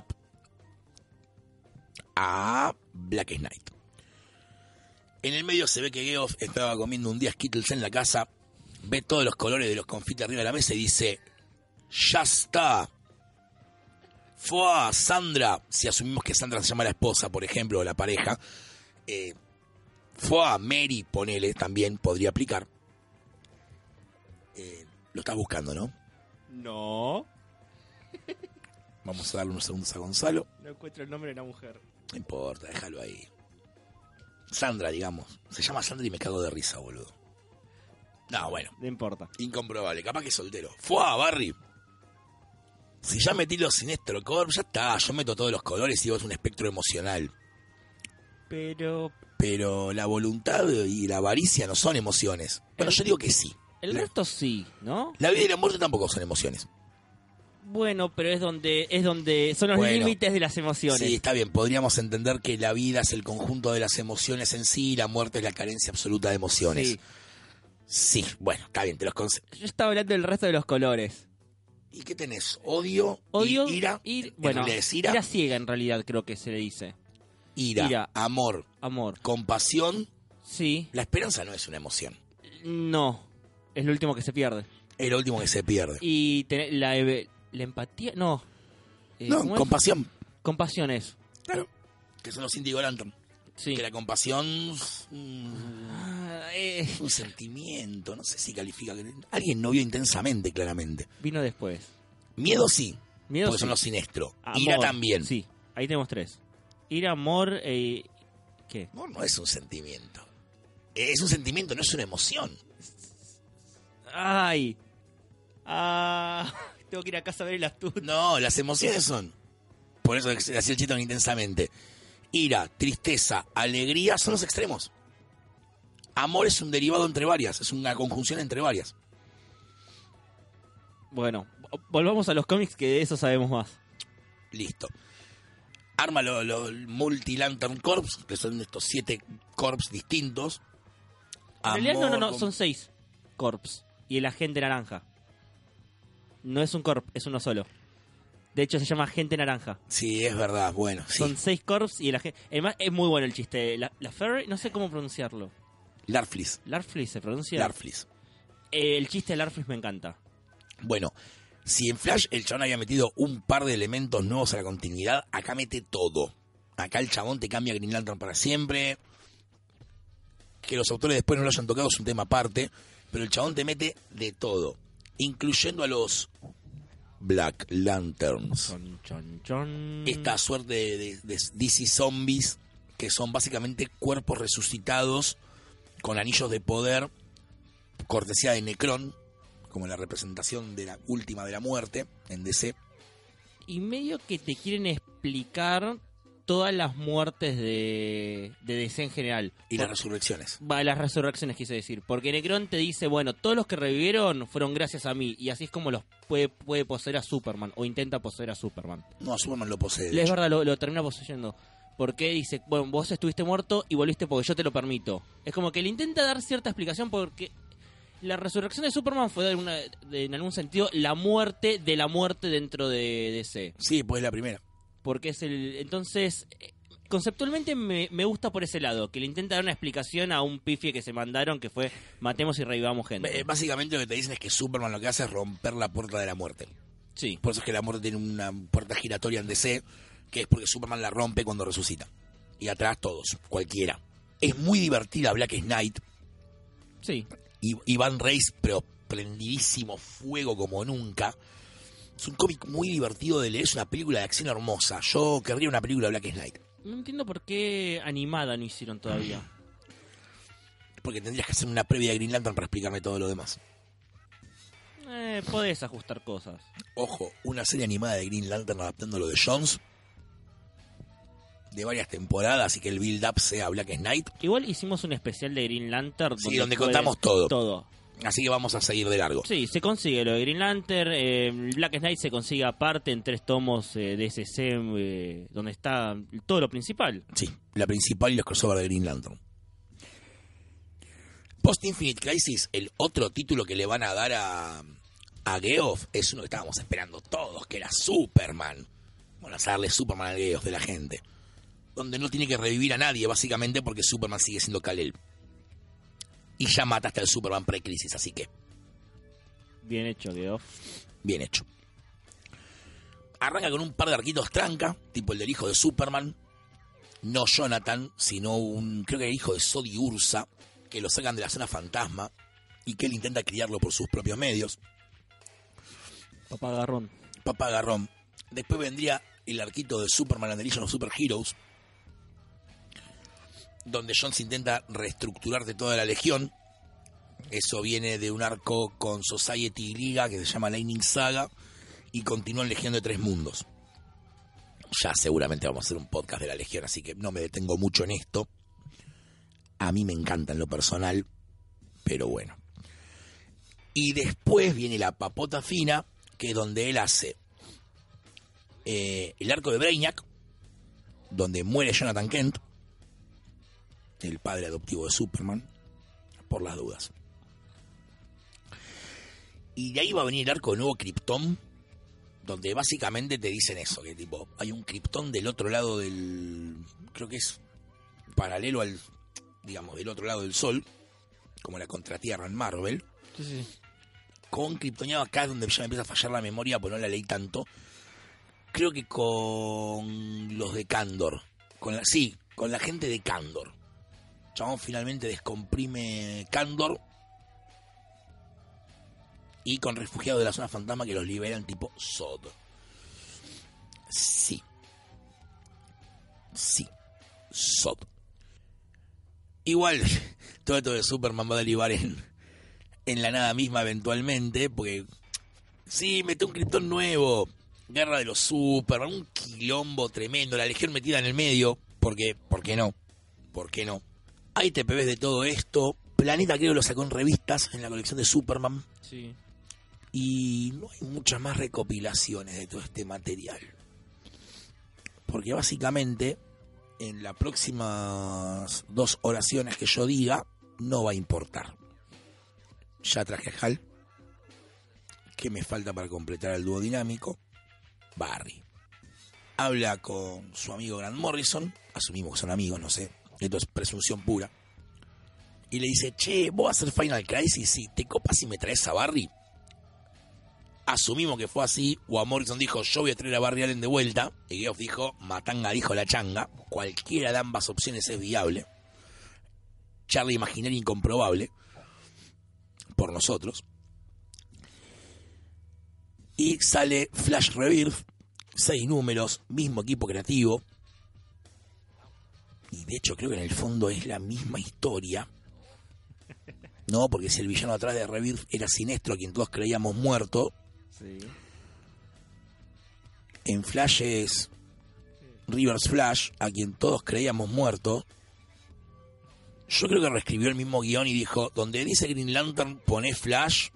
a Black Knight. En el medio se ve que Geoff estaba comiendo un día Skittles en la casa, ve todos los colores de los confites arriba de la mesa y dice, ¡ya está! Fue a Sandra, si asumimos que Sandra se llama la esposa, por ejemplo, o la pareja, fue a Mary, ponele, también podría aplicar. Lo estás buscando, ¿no? No. Vamos a darle unos segundos a Gonzalo. No encuentro el nombre de la mujer. No importa, déjalo ahí. Sandra, digamos. Se llama Sandra y me cago de risa, boludo. No, bueno. No importa. Incomprobable, capaz que es soltero. ¡Fua, Barry! Si ya metí los Sinestro Corps, ya está. Yo meto todos los colores y vos un espectro emocional. Pero la voluntad y la avaricia no son emociones. Bueno, yo digo que sí. El resto sí, ¿no? La vida y la muerte tampoco son emociones. Bueno, pero es donde son los límites de las emociones. Sí, está bien. Podríamos entender que la vida es el conjunto de las emociones en sí y la muerte es la carencia absoluta de emociones. Sí, bueno, está bien, te los concedo. Yo estaba hablando del resto de los colores. ¿Y qué tenés? ¿Odio? ¿Ira? Bueno, es ira. Ira ciega en realidad creo que se le dice. Ira. Amor. Compasión. Sí. La esperanza no es una emoción. No, es lo último que se pierde. Es lo último que se pierde. Y la empatía, no. No, compasión. Compasión es. Claro. Que son los Indigo Lantern. Sí. Que la compasión es un sentimiento, no sé si califica. Alguien no vio intensamente, claramente. Vino después. Miedo sí, Miedo porque sí. son los siniestros. Amor, Ira también. Sí, ahí tenemos 3. Ira, amor, ¿qué? Amor no es un sentimiento. Es un sentimiento, no es una emoción. Ay. Tengo que ir a casa a ver el astuto. No, las emociones son. Por eso hacía el chiste tan intensamente. Ira, tristeza, alegría son los extremos. Amor es un derivado entre varias, es una conjunción entre varias. Bueno, volvamos a los cómics que de eso sabemos más. Listo. Arma los Multi-Lantern Corps, que son estos 7 corps distintos. En realidad no, son 6 corps. Y el agente naranja. No es un corp, es uno solo. De hecho se llama agente naranja. Sí, es verdad, bueno. Sí. Son 6 corps y el agente... Además es muy bueno el chiste. La Ferry, no sé cómo pronunciarlo. Larfleeze. ¿Larfleeze se pronuncia? Larfleeze. El chiste de Larfleeze me encanta. Bueno, si en Flash el chabón había metido un par de elementos nuevos a la continuidad, acá mete todo. Acá el chabón te cambia Green Lantern para siempre. Que los autores después no lo hayan tocado es un tema aparte, pero el chabón te mete de todo, incluyendo a los Black Lanterns. Chon, chon. Esta suerte de DC Zombies, que son básicamente cuerpos resucitados con anillos de poder, cortesía de Necron, como la representación de la última de la muerte en DC. Y medio que te quieren explicar todas las muertes de DC en general. Y las resurrecciones. Las resurrecciones quise decir. Porque Necron te dice, bueno, todos los que revivieron fueron gracias a mí. Y así es como los puede poseer a Superman. O intenta poseer a Superman. No, a Superman lo posee. Es verdad, lo termina poseyendo. Porque dice, bueno, vos estuviste muerto y volviste porque yo te lo permito. Es como que le intenta dar cierta explicación porque la resurrección de Superman fue en algún sentido la muerte de la muerte dentro de DC. Sí, pues es la primera. Porque es entonces, conceptualmente me gusta por ese lado, que le intenta dar una explicación a un pifie que se mandaron, que fue matemos y revivamos gente. Básicamente lo que te dicen es que Superman lo que hace es romper la puerta de la muerte. Sí. Por eso es que la muerte tiene una puerta giratoria en DC, que es porque Superman la rompe cuando resucita. Y atrás todos, cualquiera. Es muy divertida Black Knight. Sí. Y Van Reis, pero prendidísimo fuego como nunca. Es un cómic muy divertido de leer, es una película de acción hermosa. Yo querría una película de Black Knight. No entiendo por qué animada no hicieron todavía. Porque tendrías que hacer una previa de Green Lantern para explicarme todo lo demás. Podés ajustar cosas. Ojo, una serie animada de Green Lantern adaptando lo de Jones, de varias temporadas, y que el build-up sea Black Knight. Igual hicimos un especial de Green Lantern. Donde contamos todo. Todo. Así que vamos a seguir de largo. Sí, se consigue lo de Green Lantern. Black Knight se consigue aparte en 3 tomos de SC, donde está todo lo principal. Sí, la principal y los crossover de Green Lantern. Post Infinite Crisis, el otro título que le van a dar a Geoff es uno que estábamos esperando todos, que era Superman. Bueno, a darle Superman al Geoff de la gente. Donde no tiene que revivir a nadie, básicamente, porque Superman sigue siendo Kal-El. Y ya mataste al Superman pre-crisis, así que... Bien hecho, Geoff. Bien hecho. Arranca con un par de arquitos tranca, tipo el del hijo de Superman. No Jonathan, sino creo que el hijo de Sodi Ursa, que lo sacan de la zona fantasma y que él intenta criarlo por sus propios medios. Papá Garrón. Papá Garrón. Después vendría el arquito de Superman and the Legion of Super Heroes, donde Jones intenta reestructurar de toda la Legión. Eso viene de un arco con Society y Liga que se llama Lightning Saga y continúa en Legión de 3 Mundos. Ya seguramente vamos a hacer un podcast de la Legión, así que no me detengo mucho en esto. A mí me encanta en lo personal, pero bueno. Y después viene la papota fina, que es donde él hace el arco de Brainiac, donde muere Jonathan Kent, el padre adoptivo de Superman, por las dudas. Y de ahí va a venir el arco de nuevo Krypton, donde básicamente te dicen eso, que tipo, hay un Krypton del otro lado del... creo que es paralelo al... digamos, del otro lado del Sol, como la Contratierra en Marvel. Sí. Con kryptoniano acá es donde ya me empieza a fallar la memoria, pues no la leí tanto. Creo que con los de Kandor. Con la gente de Kandor. Chabón finalmente descomprime Kandor. Y con refugiados de la zona fantasma que los liberan tipo Zod. Sí, Zod. Igual, todo esto de Superman va a derivar en la nada misma eventualmente, porque sí, mete un Krypton nuevo, guerra de los Superman, un quilombo tremendo, la Legión metida en el medio, porque, ¿por qué no? Hay TPBs de todo esto, Planeta creo que lo sacó en revistas, en la colección de Superman, Sí. y no hay muchas más recopilaciones de todo este material, porque básicamente en las próximas 2 oraciones que yo diga no va a importar. Ya traje a Hal. ¿Qué me falta para completar el dúo dinámico? Barry. Habla con su amigo Grant Morrison. Asumimos que son amigos, no sé. Esto es presunción pura. Y le dice, che, ¿vos vas a hacer Final Crisis? Sí, ¿te copas si me traes a Barry? Asumimos que fue así. O a Morrison dijo, yo voy a traer a Barry Allen de vuelta. Y Geoff dijo, matanga dijo la changa. Cualquiera de ambas opciones es viable. Charlie imaginario incomprobable. Por nosotros. Y sale Flash Rebirth, 6 números, mismo equipo creativo. Y de hecho creo que en el fondo es la misma historia. No, porque si el villano atrás de Rebirth era Sinestro, a quien todos creíamos muerto. Sí. En Flash es Reverse Flash, a quien todos creíamos muerto. Yo creo que reescribió el mismo guión y dijo, donde dice Green Lantern pone Flash,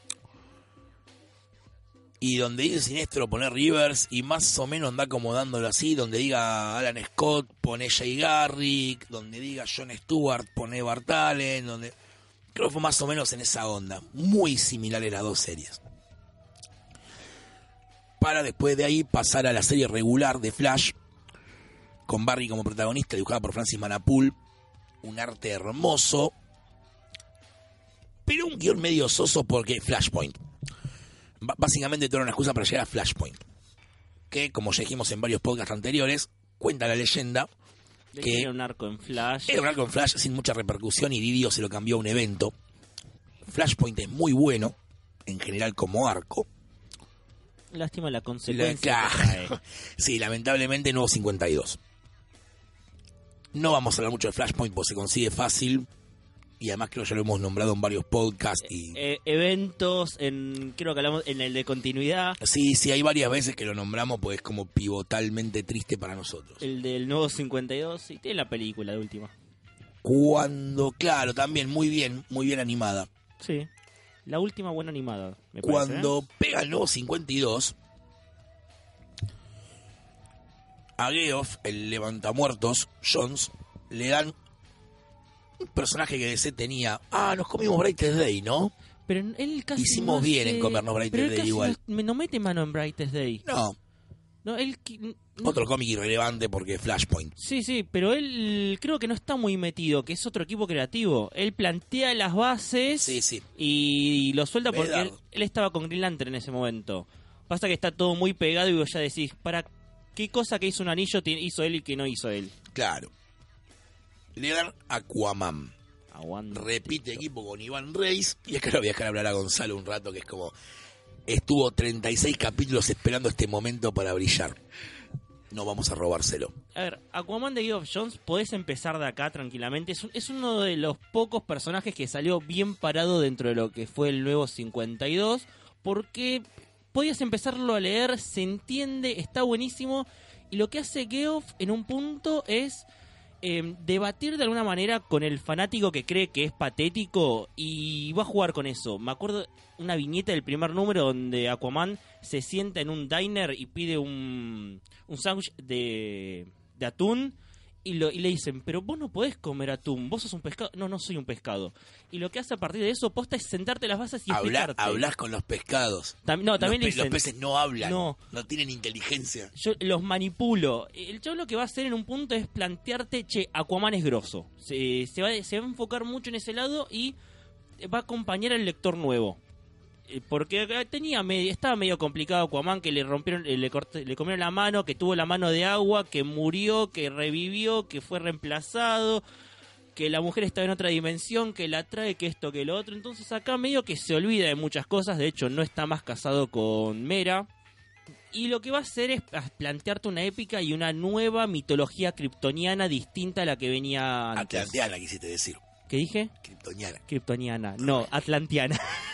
y donde dice Sinestro pone Rivers, y más o menos anda acomodándolo así, donde diga Alan Scott pone Jay Garrick, donde diga John Stewart pone Bart Allen, donde... creo que fue más o menos en esa onda, muy similares las 2 series. Para después de ahí pasar a la serie regular de Flash, con Barry como protagonista, dibujada por Francis Manapul. Un arte hermoso, pero un guión medio soso porque Flashpoint. Básicamente toda una excusa para llegar a Flashpoint. Que, como ya dijimos en varios podcasts anteriores, cuenta la leyenda que era un arco en Flash. Era un arco en Flash sin mucha repercusión y Didio se lo cambió a un evento. Flashpoint es muy bueno, en general como arco. Lástima la consecuencia. Claro. Sí, lamentablemente nuevo 52. No vamos a hablar mucho de Flashpoint porque se consigue fácil. Y además creo que ya lo hemos nombrado en varios podcasts. Y... eventos, creo que hablamos en el de continuidad. Sí, hay varias veces que lo nombramos porque es como pivotalmente triste para nosotros. El del nuevo 52, y tiene la película de última. Claro, también muy bien animada. Sí, la última buena animada, me parece. Cuando pega el nuevo 52... a Geoff, el levantamuertos, Jones, le dan un personaje que DC tenía. Nos comimos Brightest Day, ¿no? Pero él casi hicimos no bien en comernos Brightest Day igual. No mete mano en Brightest Day. No. Él... Otro cómic irrelevante porque Flashpoint. Sí, pero él creo que no está muy metido, que es otro equipo creativo. Él plantea las bases y lo suelta porque él estaba con Green Lantern en ese momento. Pasa que está todo muy pegado y vos ya decís, ¿para qué cosa que hizo un anillo hizo él y que no hizo él? Claro. Le dan Aquaman. Repite equipo con Iván Reis. Y es que lo voy a dejar hablar a Gonzalo un rato, que es como... estuvo 36 capítulos esperando este momento para brillar. No vamos a robárselo. A ver, Aquaman de Geoff Johns, podés empezar de acá tranquilamente. Es uno de los pocos personajes que salió bien parado dentro de lo que fue el nuevo 52. Porque podías empezarlo a leer, se entiende, está buenísimo. Y lo que hace Geoff en un punto es debatir de alguna manera con el fanático que cree que es patético y va a jugar con eso. Me acuerdo una viñeta del primer número donde Aquaman se sienta en un diner y pide un sándwich de atún y le dicen, pero vos no podés comer atún, vos sos un pescado. No soy un pescado. Y lo que hace a partir de eso, posta, es sentarte las bases y explicarte. Hablas con los pescados. También le dicen, los peces no hablan, no tienen inteligencia. Yo los manipulo. El chavo lo que va a hacer en un punto es plantearte, che, Aquaman es grosso. Se va a enfocar mucho en ese lado y va a acompañar al lector nuevo. Porque estaba medio complicado Aquaman, que le comieron la mano, que tuvo la mano de agua, que murió, que revivió, que fue reemplazado, que la mujer estaba en otra dimensión, que la trae, que esto, que lo otro. Entonces acá medio que se olvida de muchas cosas. De hecho, no está más casado con Mera. Y lo que va a hacer es plantearte una épica y una nueva mitología kryptoniana distinta a la que venía antes. Atlantiana, quisiste decir. ¿Qué dije? Kryptoniana. No, atlantiana.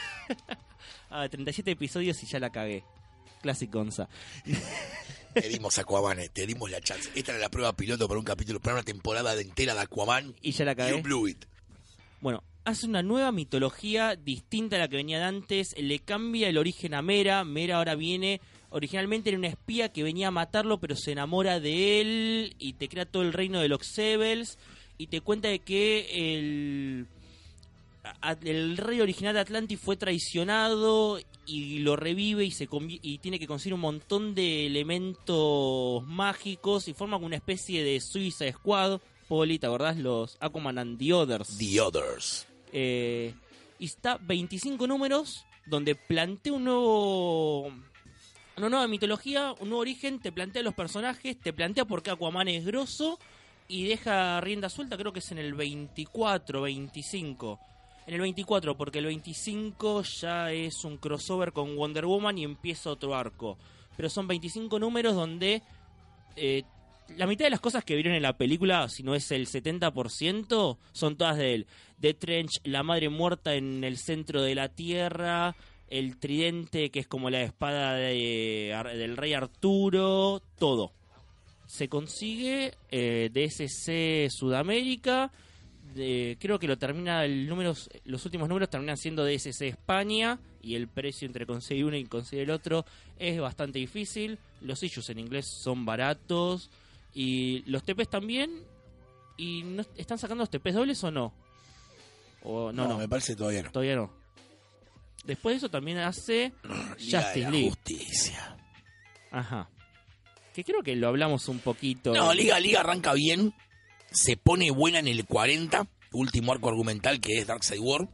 37 episodios y ya la cagué. Classic Gonza. Te dimos Aquaman, te dimos la chance. Esta era la prueba piloto para un capítulo, para una temporada entera de Aquaman. Y ya la cagué. You blew it. Bueno, hace una nueva mitología distinta a la que venía de antes. Le cambia el origen a Mera. Mera ahora viene... Originalmente era una espía que venía a matarlo, pero se enamora de él y te crea todo el reino de los Xebels y te cuenta de que el rey original de Atlantis fue traicionado y lo revive y tiene que conseguir un montón de elementos mágicos y forma una especie de Suicide Squad. Poli, ¿te acordás? Los Aquaman and the Others. The Others. Y está 25 números donde plantea una nueva mitología, un nuevo origen, te plantea los personajes, te plantea por qué Aquaman es grosso y deja rienda suelta, creo que es en el 24, 25. En el 24, porque el 25 ya es un crossover con Wonder Woman y empieza otro arco. Pero son 25 números donde la mitad de las cosas que vieron en la película, si no es el 70%, son todas de él. The Trench, la madre muerta en el centro de la Tierra, el tridente que es como la espada del rey Arturo, todo. Se consigue DSC Sudamérica, creo que lo termina los últimos números terminan siendo DSC España y el precio entre conseguir uno y conseguir el otro es bastante difícil. Los issues en inglés son baratos y los TPs también. ¿Y no están sacando los TPs dobles o no? No, me parece todavía no. Todavía no. Después de eso también hace Justice League. Justicia. Ajá. Que creo que lo hablamos un poquito. No, Liga arranca bien. Se pone buena en el 40. Último arco argumental que es Darkseid War.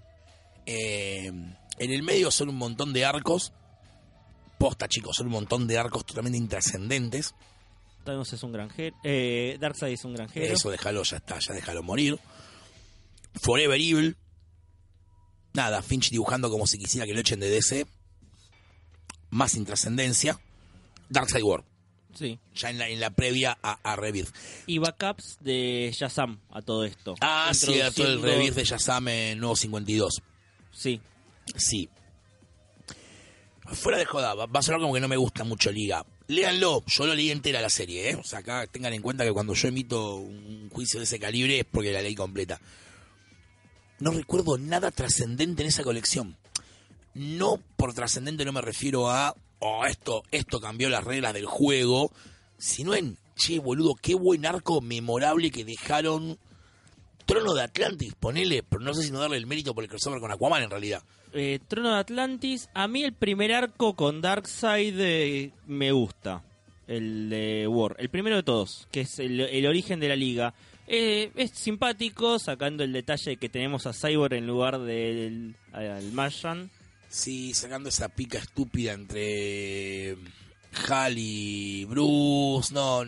En el medio son un montón de arcos. Posta, chicos, son un montón de arcos totalmente intrascendentes. Thanos es un granjero. Darkseid es un granjero. Eso déjalo, ya está, ya déjalo morir. Forever Evil. Nada, Finch dibujando como si quisiera que lo echen de DC. Más intrascendencia. Darkseid War. Sí. Ya en la previa a Rebirth. Y backups de Shazam a todo esto. Ah, sí, a todo el Rebirth de Shazam en Nuevo 52. Sí. Sí. Fuera de joda, va a sonar como que no me gusta mucho Liga. Léanlo, yo lo leí entera la serie, ¿eh? O sea, acá tengan en cuenta que cuando yo emito un juicio de ese calibre es porque la leí completa. No recuerdo nada trascendente en esa colección. No por trascendente no me refiero a esto cambió las reglas del juego, sino en, che, boludo, qué buen arco memorable que dejaron. Trono de Atlantis, ponele, pero no sé si no darle el mérito por el crossover con Aquaman en realidad. Trono de Atlantis, a mí el primer arco con Darkseid me gusta, el de War, el primero de todos, que es el origen de la liga. Es simpático, sacando el detalle que tenemos a Cyborg en lugar del Martian. Sí, sacando esa pica estúpida entre Hal y Bruce, no.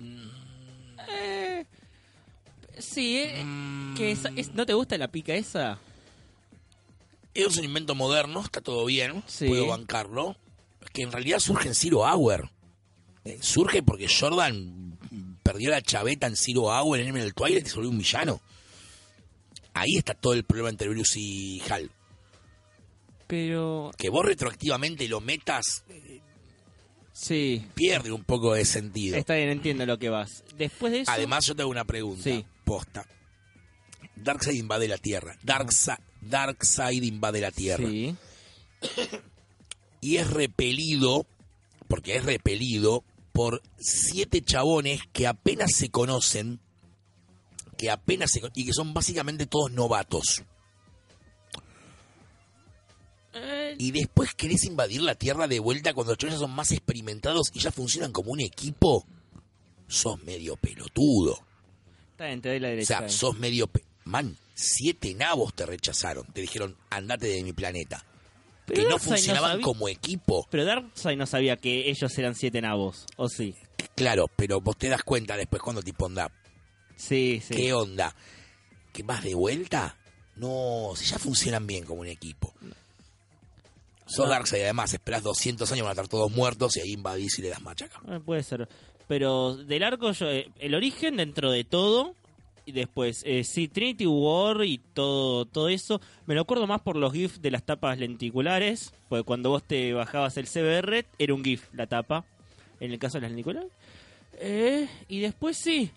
Sí, que ¿no te gusta la pica esa? Es un invento moderno, está todo bien, sí. Puedo bancarlo. Es que en realidad surge en Zero Hour. Surge porque Jordan perdió la chaveta en Zero Hour en el Twilight y se volvió un villano. Ahí está todo el problema entre Bruce y Hal. Pero... Que vos retroactivamente lo metas Sí. Pierde un poco de sentido. Está bien, entiendo lo que vas. Después de eso... Además, yo te hago una pregunta. Sí. Posta. Darkseid invade la Tierra. Darkseid invade la Tierra. Sí. Y es repelido, porque es repelido por 7 chabones que apenas se conocen, y que son básicamente todos novatos. Y después querés invadir la Tierra de vuelta cuando los chabones son más experimentados y ya funcionan como un equipo. Sos medio pelotudo. Está bien, te doy la O derecha. sea, sos medio... Man, 7 nabos te rechazaron. Te dijeron, andate de mi planeta. Pero Que no Darkseid funcionaban como equipo. Pero Darkseid no sabía que ellos eran 7 nabos, ¿o sí? Claro, pero vos te das cuenta después cuando tipo onda. Sí. ¿Qué onda? ¿Que vas de vuelta? No, si ya funcionan bien como un equipo. Sos Darkseid, además, esperás 200 años, van a estar todos muertos y ahí invadís y le das machaca. Puede ser. Pero del arco, el origen dentro de todo, y después, sí, Trinity War y todo eso, me lo acuerdo más por los GIFs de las tapas lenticulares, porque cuando vos te bajabas el CBR, era un GIF la tapa, en el caso de las lenticulares. Y después sí,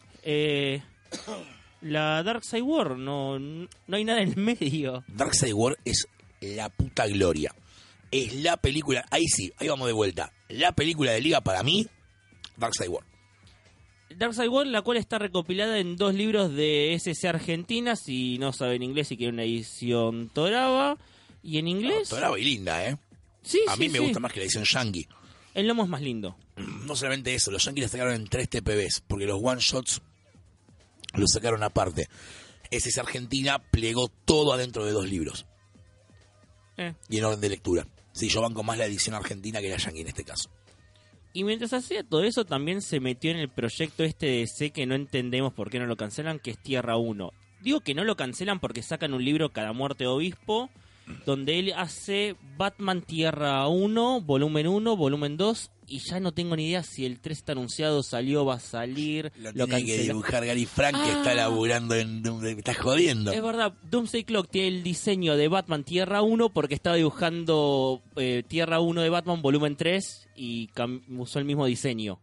la Darkseid War, no hay nada en el medio. Darkseid War es la puta gloria. Es la película, ahí sí, ahí vamos de vuelta. La película de Liga para mí, Darkseid War. Darkseid War, la cual está recopilada en 2 libros de SC Argentina, si no saben inglés y quieren una edición Toraba. Y en inglés... Toraba y linda, ¿eh? Sí, A mí me gusta más que la edición Yankee. El lomo es más lindo. No solamente eso, los Yankees la sacaron en 3 TPBs, porque los one-shots los sacaron aparte. SC Argentina plegó todo adentro de 2 libros. Y en orden de lectura. Sí, yo banco más la edición argentina que la Yankee en este caso. Y mientras hacía todo eso, también se metió en el proyecto este de DC que no entendemos por qué no lo cancelan, que es Tierra 1. Digo que no lo cancelan porque sacan un libro cada muerte de obispo, donde él hace Batman Tierra 1, volumen 1, volumen 2, y ya no tengo ni idea si el 3 está anunciado, salió, va a salir. Lo tiene que dibujar Gary Frank, que está laburando me estás jodiendo. Es verdad, Doomsday Clock tiene el diseño de Batman Tierra 1 porque estaba dibujando Tierra 1 de Batman volumen 3 y usó el mismo diseño.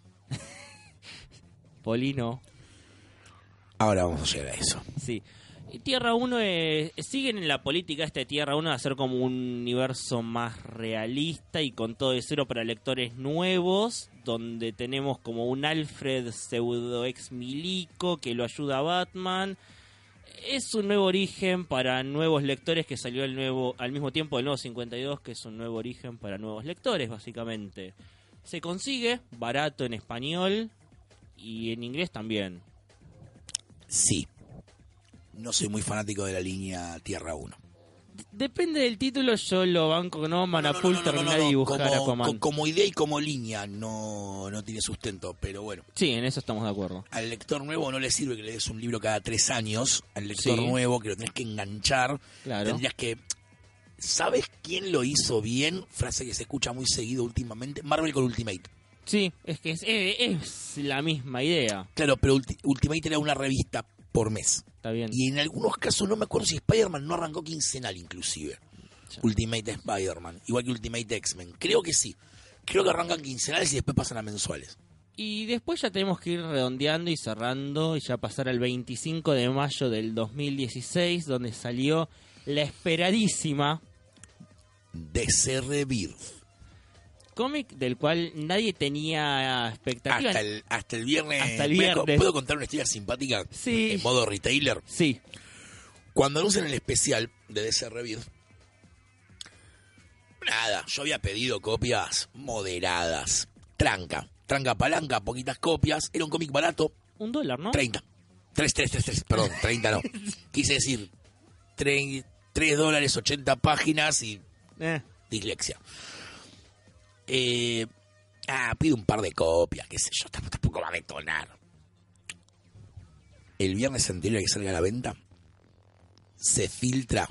Polino. Ahora vamos a llegar a eso. Sí. Y Tierra 1 siguen en la política de Tierra 1 de hacer como un universo más realista y con todo de cero para lectores nuevos, donde tenemos como un Alfred pseudo ex milico que lo ayuda a Batman. Es un nuevo origen para nuevos lectores que salió al mismo tiempo del nuevo 52, que es un nuevo origen para nuevos lectores, básicamente. Se consigue barato en español y en inglés también. Sí. No soy muy fanático de la línea Tierra 1. Depende del título, yo lo banco, ¿no? Manapul termina de dibujar Aquaman. Como idea y como línea no tiene sustento, pero bueno. Sí, en eso estamos de acuerdo. Al lector nuevo no le sirve que le des un libro cada 3 años. Al lector nuevo, que lo tenés que enganchar, tendrías que... ¿Sabes quién lo hizo bien? Frase que se escucha muy seguido últimamente. Marvel con Ultimate. Sí, es que es la misma idea. Claro, pero Ultimate era una revista por mes. Está bien. Y en algunos casos, no me acuerdo si Spider-Man no arrancó quincenal inclusive. Ya. Ultimate Spider-Man, igual que Ultimate X-Men. Creo que sí. Creo que arrancan quincenales y después pasan a mensuales. Y después ya tenemos que ir redondeando y cerrando y ya pasar al 25 de mayo del 2016, donde salió la esperadísima DC Rebirth. Cómic del cual nadie tenía expectativa. Hasta el viernes. Hasta el viernes. ¿Puedo contar una historia simpática? Sí. En modo retailer. Sí. Cuando anuncian el especial de DC Rebirth, nada, yo había pedido copias moderadas. Tranca palanca, poquitas copias. Era un cómic barato. $1, ¿no? 30. 3, perdón, 30 no. Quise decir $3, 80 páginas y dislexia. Pido un par de copias, qué sé yo, tampoco va a detonar. El viernes anterior a que salga a la venta, se filtra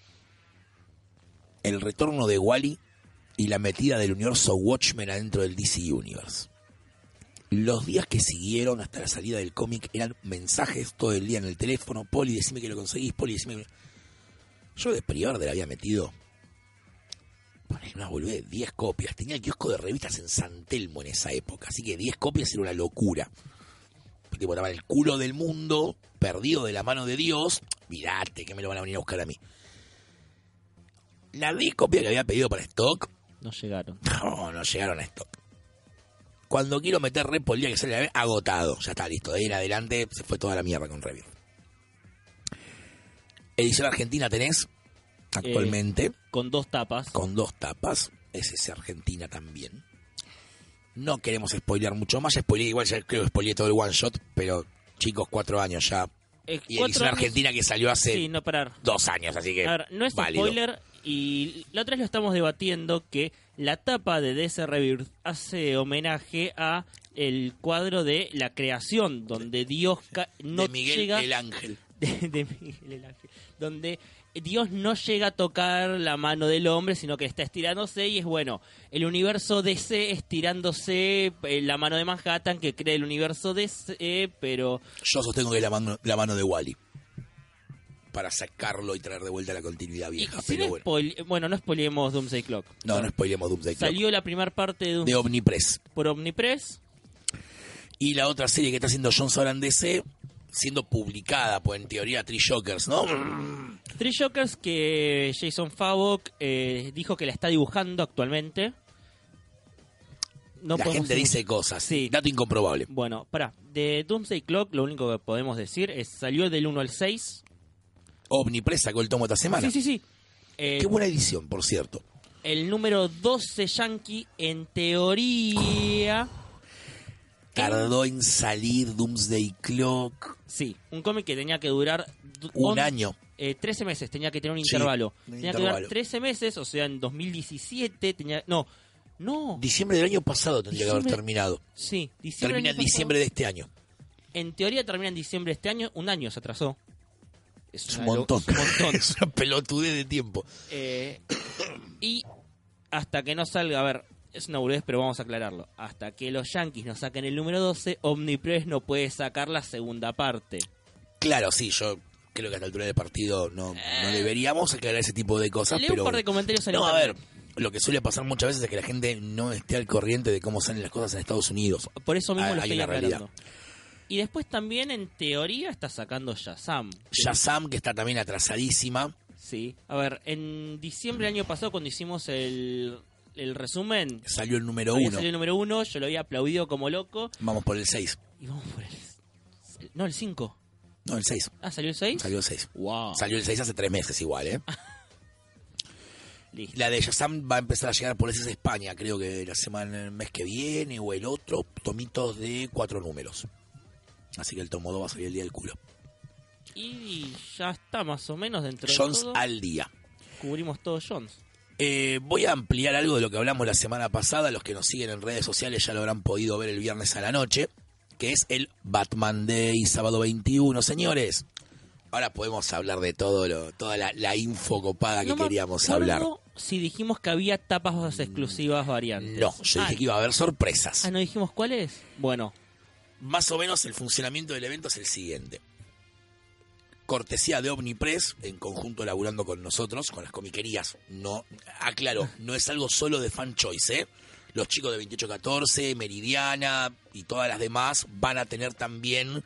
el retorno de Wally y la metida del universo Watchmen adentro del DC Universe. Los días que siguieron hasta la salida del cómic eran mensajes todo el día en el teléfono. Poli, decime que lo conseguís, Poli, decime que... Yo de pre-order había metido Poner una boludez, 10 copias. Tenía el kiosco de revistas en San Telmo en esa época, así que 10 copias era una locura. Tipo, estaba el culo del mundo, perdido de la mano de Dios. Mirate, que me lo van a venir a buscar a mí. Las 10 copias que había pedido para stock... No llegaron. No llegaron a stock. Cuando quiero meter repo el día que sale la vez, agotado. Ya está, listo. De ahí en adelante se fue toda la mierda con Rebirth. Edición argentina tenés actualmente. Con 2 tapas. Con 2 tapas. Es ese Argentina también. No queremos spoilear mucho más. Ya spoileé, igual ya creo que spoileé todo el one shot. Pero chicos, 4 años ya. Y edición argentina que salió hace 2 años. Así que a ver, no es válido. Spoiler. Y la otra vez lo estamos debatiendo, que la tapa de DC Rebirth hace homenaje a el cuadro de la creación, donde Dios no de Miguel llega... el Ángel. De Miguel el Ángel. Donde Dios no llega a tocar la mano del hombre, sino que está estirándose, y es bueno, el universo DC estirándose, la mano de Manhattan que crea el universo DC, pero... Yo sostengo que es la mano de Wally. Para sacarlo y traer de vuelta la continuidad vieja. Pero bueno, no spoilemos Doomsday Clock. No spoilemos Doomsday Clock. Salió la primera parte de Omnipress. Por Omnipress. Y la otra serie que está haciendo John Sauron DC, siendo publicada, pues en teoría Three Jokers, ¿no? Three Jokers que Jason Fabok dijo que la está dibujando actualmente. No la gente dice cosas, sí. Dato incomprobable. Bueno, de Doomsday Clock lo único que podemos decir es salió del 1 al 6. Omnipress sacó el tomo esta semana. Sí. Qué buena edición, por cierto. El número 12 Yankee, en teoría... Tardó en salir Doomsday Clock. Sí, un cómic que tenía que durar... un año. 13 meses, tenía que tener un intervalo. Tenía que durar 13 meses, o sea, en 2017 tenía... No. Diciembre del año pasado tendría que haber terminado. Sí, termina en diciembre de este año. En teoría termina en diciembre de este año, un año se atrasó. Es un montón. Es una pelotudez de tiempo. Y hasta que no salga, a ver, es una boludez, pero vamos a aclararlo. Hasta que los Yankees nos saquen el número 12, Omnipress no puede sacar la segunda parte. Claro, sí, yo creo que a esta altura del partido no deberíamos aclarar ese tipo de cosas. Leo un par de comentarios. No, a ver, lo que suele pasar muchas veces es que la gente no esté al corriente de cómo salen las cosas en Estados Unidos. Por eso mismo lo estoy aclarando. Realidad. Y después también, en teoría, está sacando Shazam. Shazam, que está también atrasadísima. Sí. A ver, en diciembre del año pasado, cuando hicimos el resumen... Salió el número 1. Salió el número 1, yo lo había aplaudido como loco. Vamos por el 6. Y vamos por el... No, el 5. No, el 6. Ah, ¿salió el 6? Salió el 6. Wow. Salió el 6 hace 3 meses igual, ¿eh? Listo. La de Shazam va a empezar a llegar por ese España, creo que el mes que viene o el otro, tomitos de 4 números. Así que el tomo 2 va a salir el día del culo. Y ya está más o menos dentro de Jones todo. al día. Cubrimos todo Jones. Voy a ampliar algo de lo que hablamos la semana pasada. Los que nos siguen en redes sociales ya lo habrán podido ver el viernes a la noche, que es el Batman Day, sábado 21, señores. Ahora podemos hablar de toda la info copada que queríamos hablar. Si dijimos que había tapas exclusivas variantes. No, yo dije que iba a haber sorpresas. ¿No dijimos cuáles? Bueno. Más o menos el funcionamiento del evento es el siguiente. Cortesía de Omnipress, en conjunto laburando con nosotros, con las comiquerías. No, aclaro, no es algo solo de Fan Choice, ¿eh? Los chicos de 2814, Meridiana y todas las demás van a tener también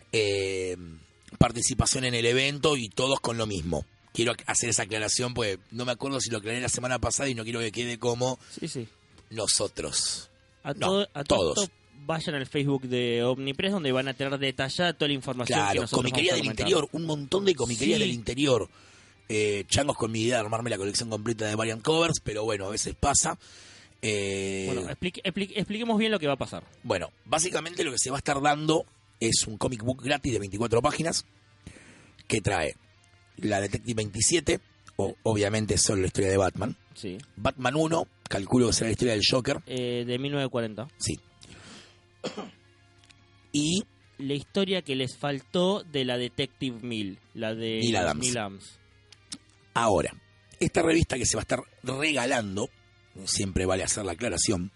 participación en el evento, y todos con lo mismo. Quiero hacer esa aclaración porque no me acuerdo si lo aclaré la semana pasada y no quiero que quede como nosotros. Todos. Vayan al Facebook de Omnipress, donde van a tener detallada toda la información. Claro, que nosotros comiquería del interior, un montón de comiquería del interior. Changos con mi idea de armarme la colección completa de variant covers, pero bueno, a veces pasa. Bueno, expliquemos bien lo que va a pasar. Bueno, básicamente lo que se va a estar dando es un comic book gratis de 24 páginas que trae la Detective 27, obviamente solo la historia de Batman. Sí. Batman 1, calculo que será la historia del Joker. De 1940. Sí. Y la historia que les faltó de la Detective Mill, la de Neil Adams. Ahora, esta revista que se va a estar regalando, siempre vale hacer la aclaración,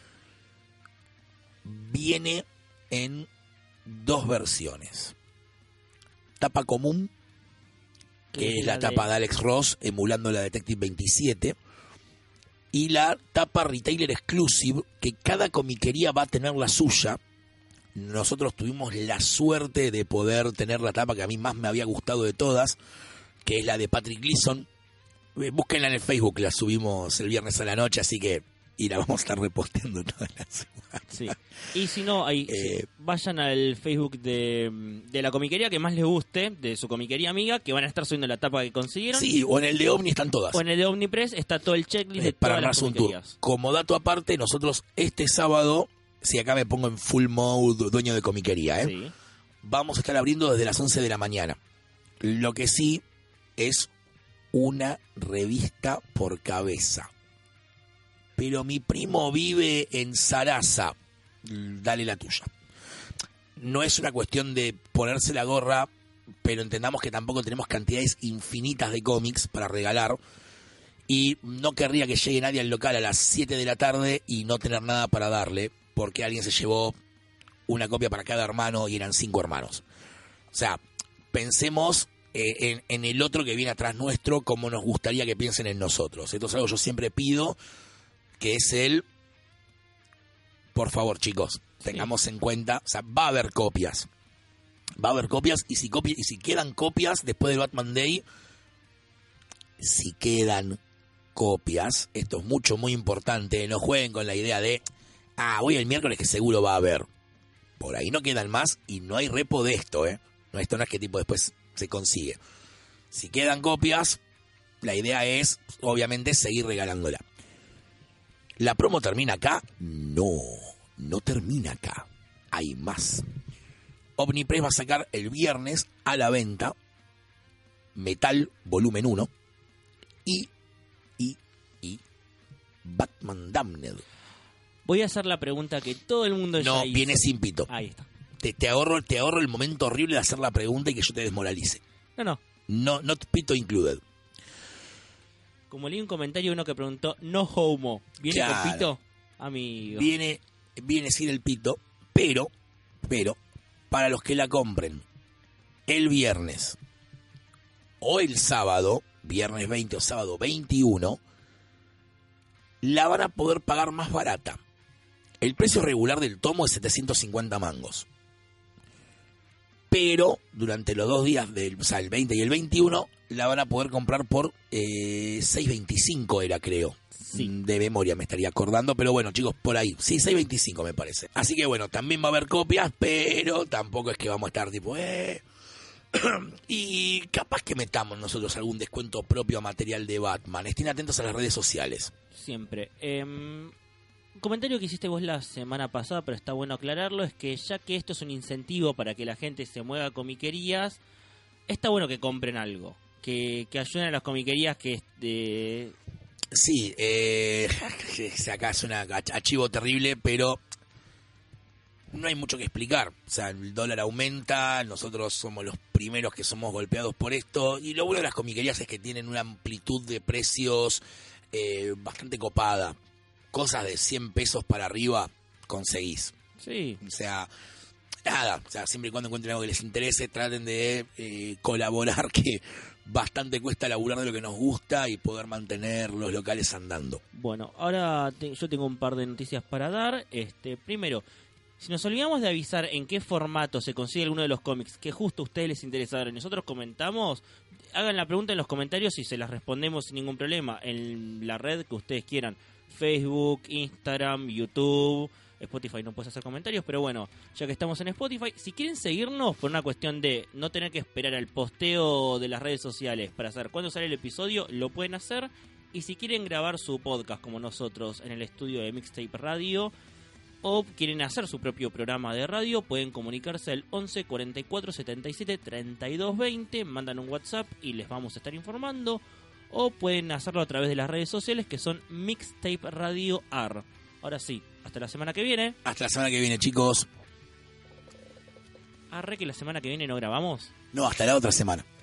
viene en 2 versiones. Tapa común, que es la tapa de Alex Ross, emulando la Detective 27, y la tapa Retailer Exclusive, que cada comiquería va a tener la suya. Nosotros tuvimos la suerte de poder tener la tapa que a mí más me había gustado de todas, que es la de Patrick Gleason. Búsquenla en el Facebook, la subimos el viernes a la noche, así que y la vamos a estar reposteando toda la semana. Sí. Y si no, vayan al Facebook de la comiquería que más les guste, de su comiquería amiga, que van a estar subiendo la tapa que consiguieron. Sí, o en el de Omni están todas. O en el de Omnipress está todo el checklist de para todas las comiquerías. Un tour. Como dato aparte, nosotros este sábado, si acá me pongo en full mode dueño de comiquería, sí, vamos a estar abriendo desde las 11 de la mañana. Lo que sí es una revista por cabeza. Pero mi primo vive en Sarasa, dale la tuya. No es una cuestión de ponerse la gorra, pero entendamos que tampoco tenemos cantidades infinitas de cómics para regalar. Y no querría que llegue nadie al local a las 7 de la tarde y no tener nada para darle, porque alguien se llevó una copia para cada hermano y eran 5 hermanos. O sea, pensemos en el otro que viene atrás nuestro, como nos gustaría que piensen en nosotros. Esto es algo que yo siempre pido, que es por favor, chicos, tengamos en cuenta, o sea, va a haber copias. Y si quedan copias después del Batman Day, si quedan copias, esto es muy importante, no jueguen con la idea de, voy el miércoles que seguro va a haber. Por ahí no quedan más y no hay repo de esto, No, esto no es que tipo después se consigue. Si quedan copias, la idea es, obviamente, seguir regalándola. ¿La promo termina acá? No termina acá. Hay más. Omnipress va a sacar el viernes a la venta Metal Volumen 1 y Batman Damned. Voy a hacer la pregunta que todo el mundo ya hizo. No, viene sin pito. Ahí está. Te ahorro el momento horrible de hacer la pregunta y que yo te desmoralice. No. Not pito included. Como leí un comentario uno que preguntó, no homo, ¿viene con pito? Amigo. Viene sin el pito, pero, para los que la compren el viernes o el sábado, viernes 20 o sábado 21, la van a poder pagar más barata. El precio regular del tomo es 750 mangos. Pero durante los 2 días, el 20 y el 21, la van a poder comprar por 6.25 era, creo. Sí. De memoria me estaría acordando, pero bueno, chicos, por ahí. Sí, 6.25 me parece. Así que bueno, también va a haber copias, pero tampoco es que vamos a estar tipo, Y capaz que metamos nosotros algún descuento propio a material de Batman. Estén atentos a las redes sociales. Siempre. Un comentario que hiciste vos la semana pasada, pero está bueno aclararlo, es que ya que esto es un incentivo para que la gente se mueva a comiquerías, está bueno que compren algo, que ayuden a las comiquerías que... Sí, acá es una archivo terrible, pero no hay mucho que explicar. O sea, el dólar aumenta, nosotros somos los primeros que somos golpeados por esto, y lo bueno de las comiquerías es que tienen una amplitud de precios bastante copada. Cosas de 100 pesos para arriba conseguís. Sí. O sea, nada. O sea, siempre y cuando encuentren algo que les interese, traten de colaborar, que bastante cuesta laburar de lo que nos gusta y poder mantener los locales andando. Bueno, ahora yo tengo un par de noticias para dar. Primero, si nos olvidamos de avisar en qué formato se consigue alguno de los cómics que justo a ustedes les interesa y nosotros comentamos, hagan la pregunta en los comentarios y se las respondemos sin ningún problema en la red que ustedes quieran. Facebook, Instagram, YouTube, Spotify no puedes hacer comentarios, pero bueno, ya que estamos en Spotify, si quieren seguirnos por una cuestión de no tener que esperar al posteo de las redes sociales para saber cuándo sale el episodio, lo pueden hacer. Y si quieren grabar su podcast como nosotros en el estudio de Mixtape Radio, o quieren hacer su propio programa de radio, pueden comunicarse al 11 44 77 32 20, mandan un WhatsApp y les vamos a estar informando. O pueden hacerlo a través de las redes sociales, que son Mixtape Radio AR. Ahora sí, hasta la semana que viene. Hasta la semana que viene, chicos. Arre, que la semana que viene no grabamos. No, hasta la otra semana.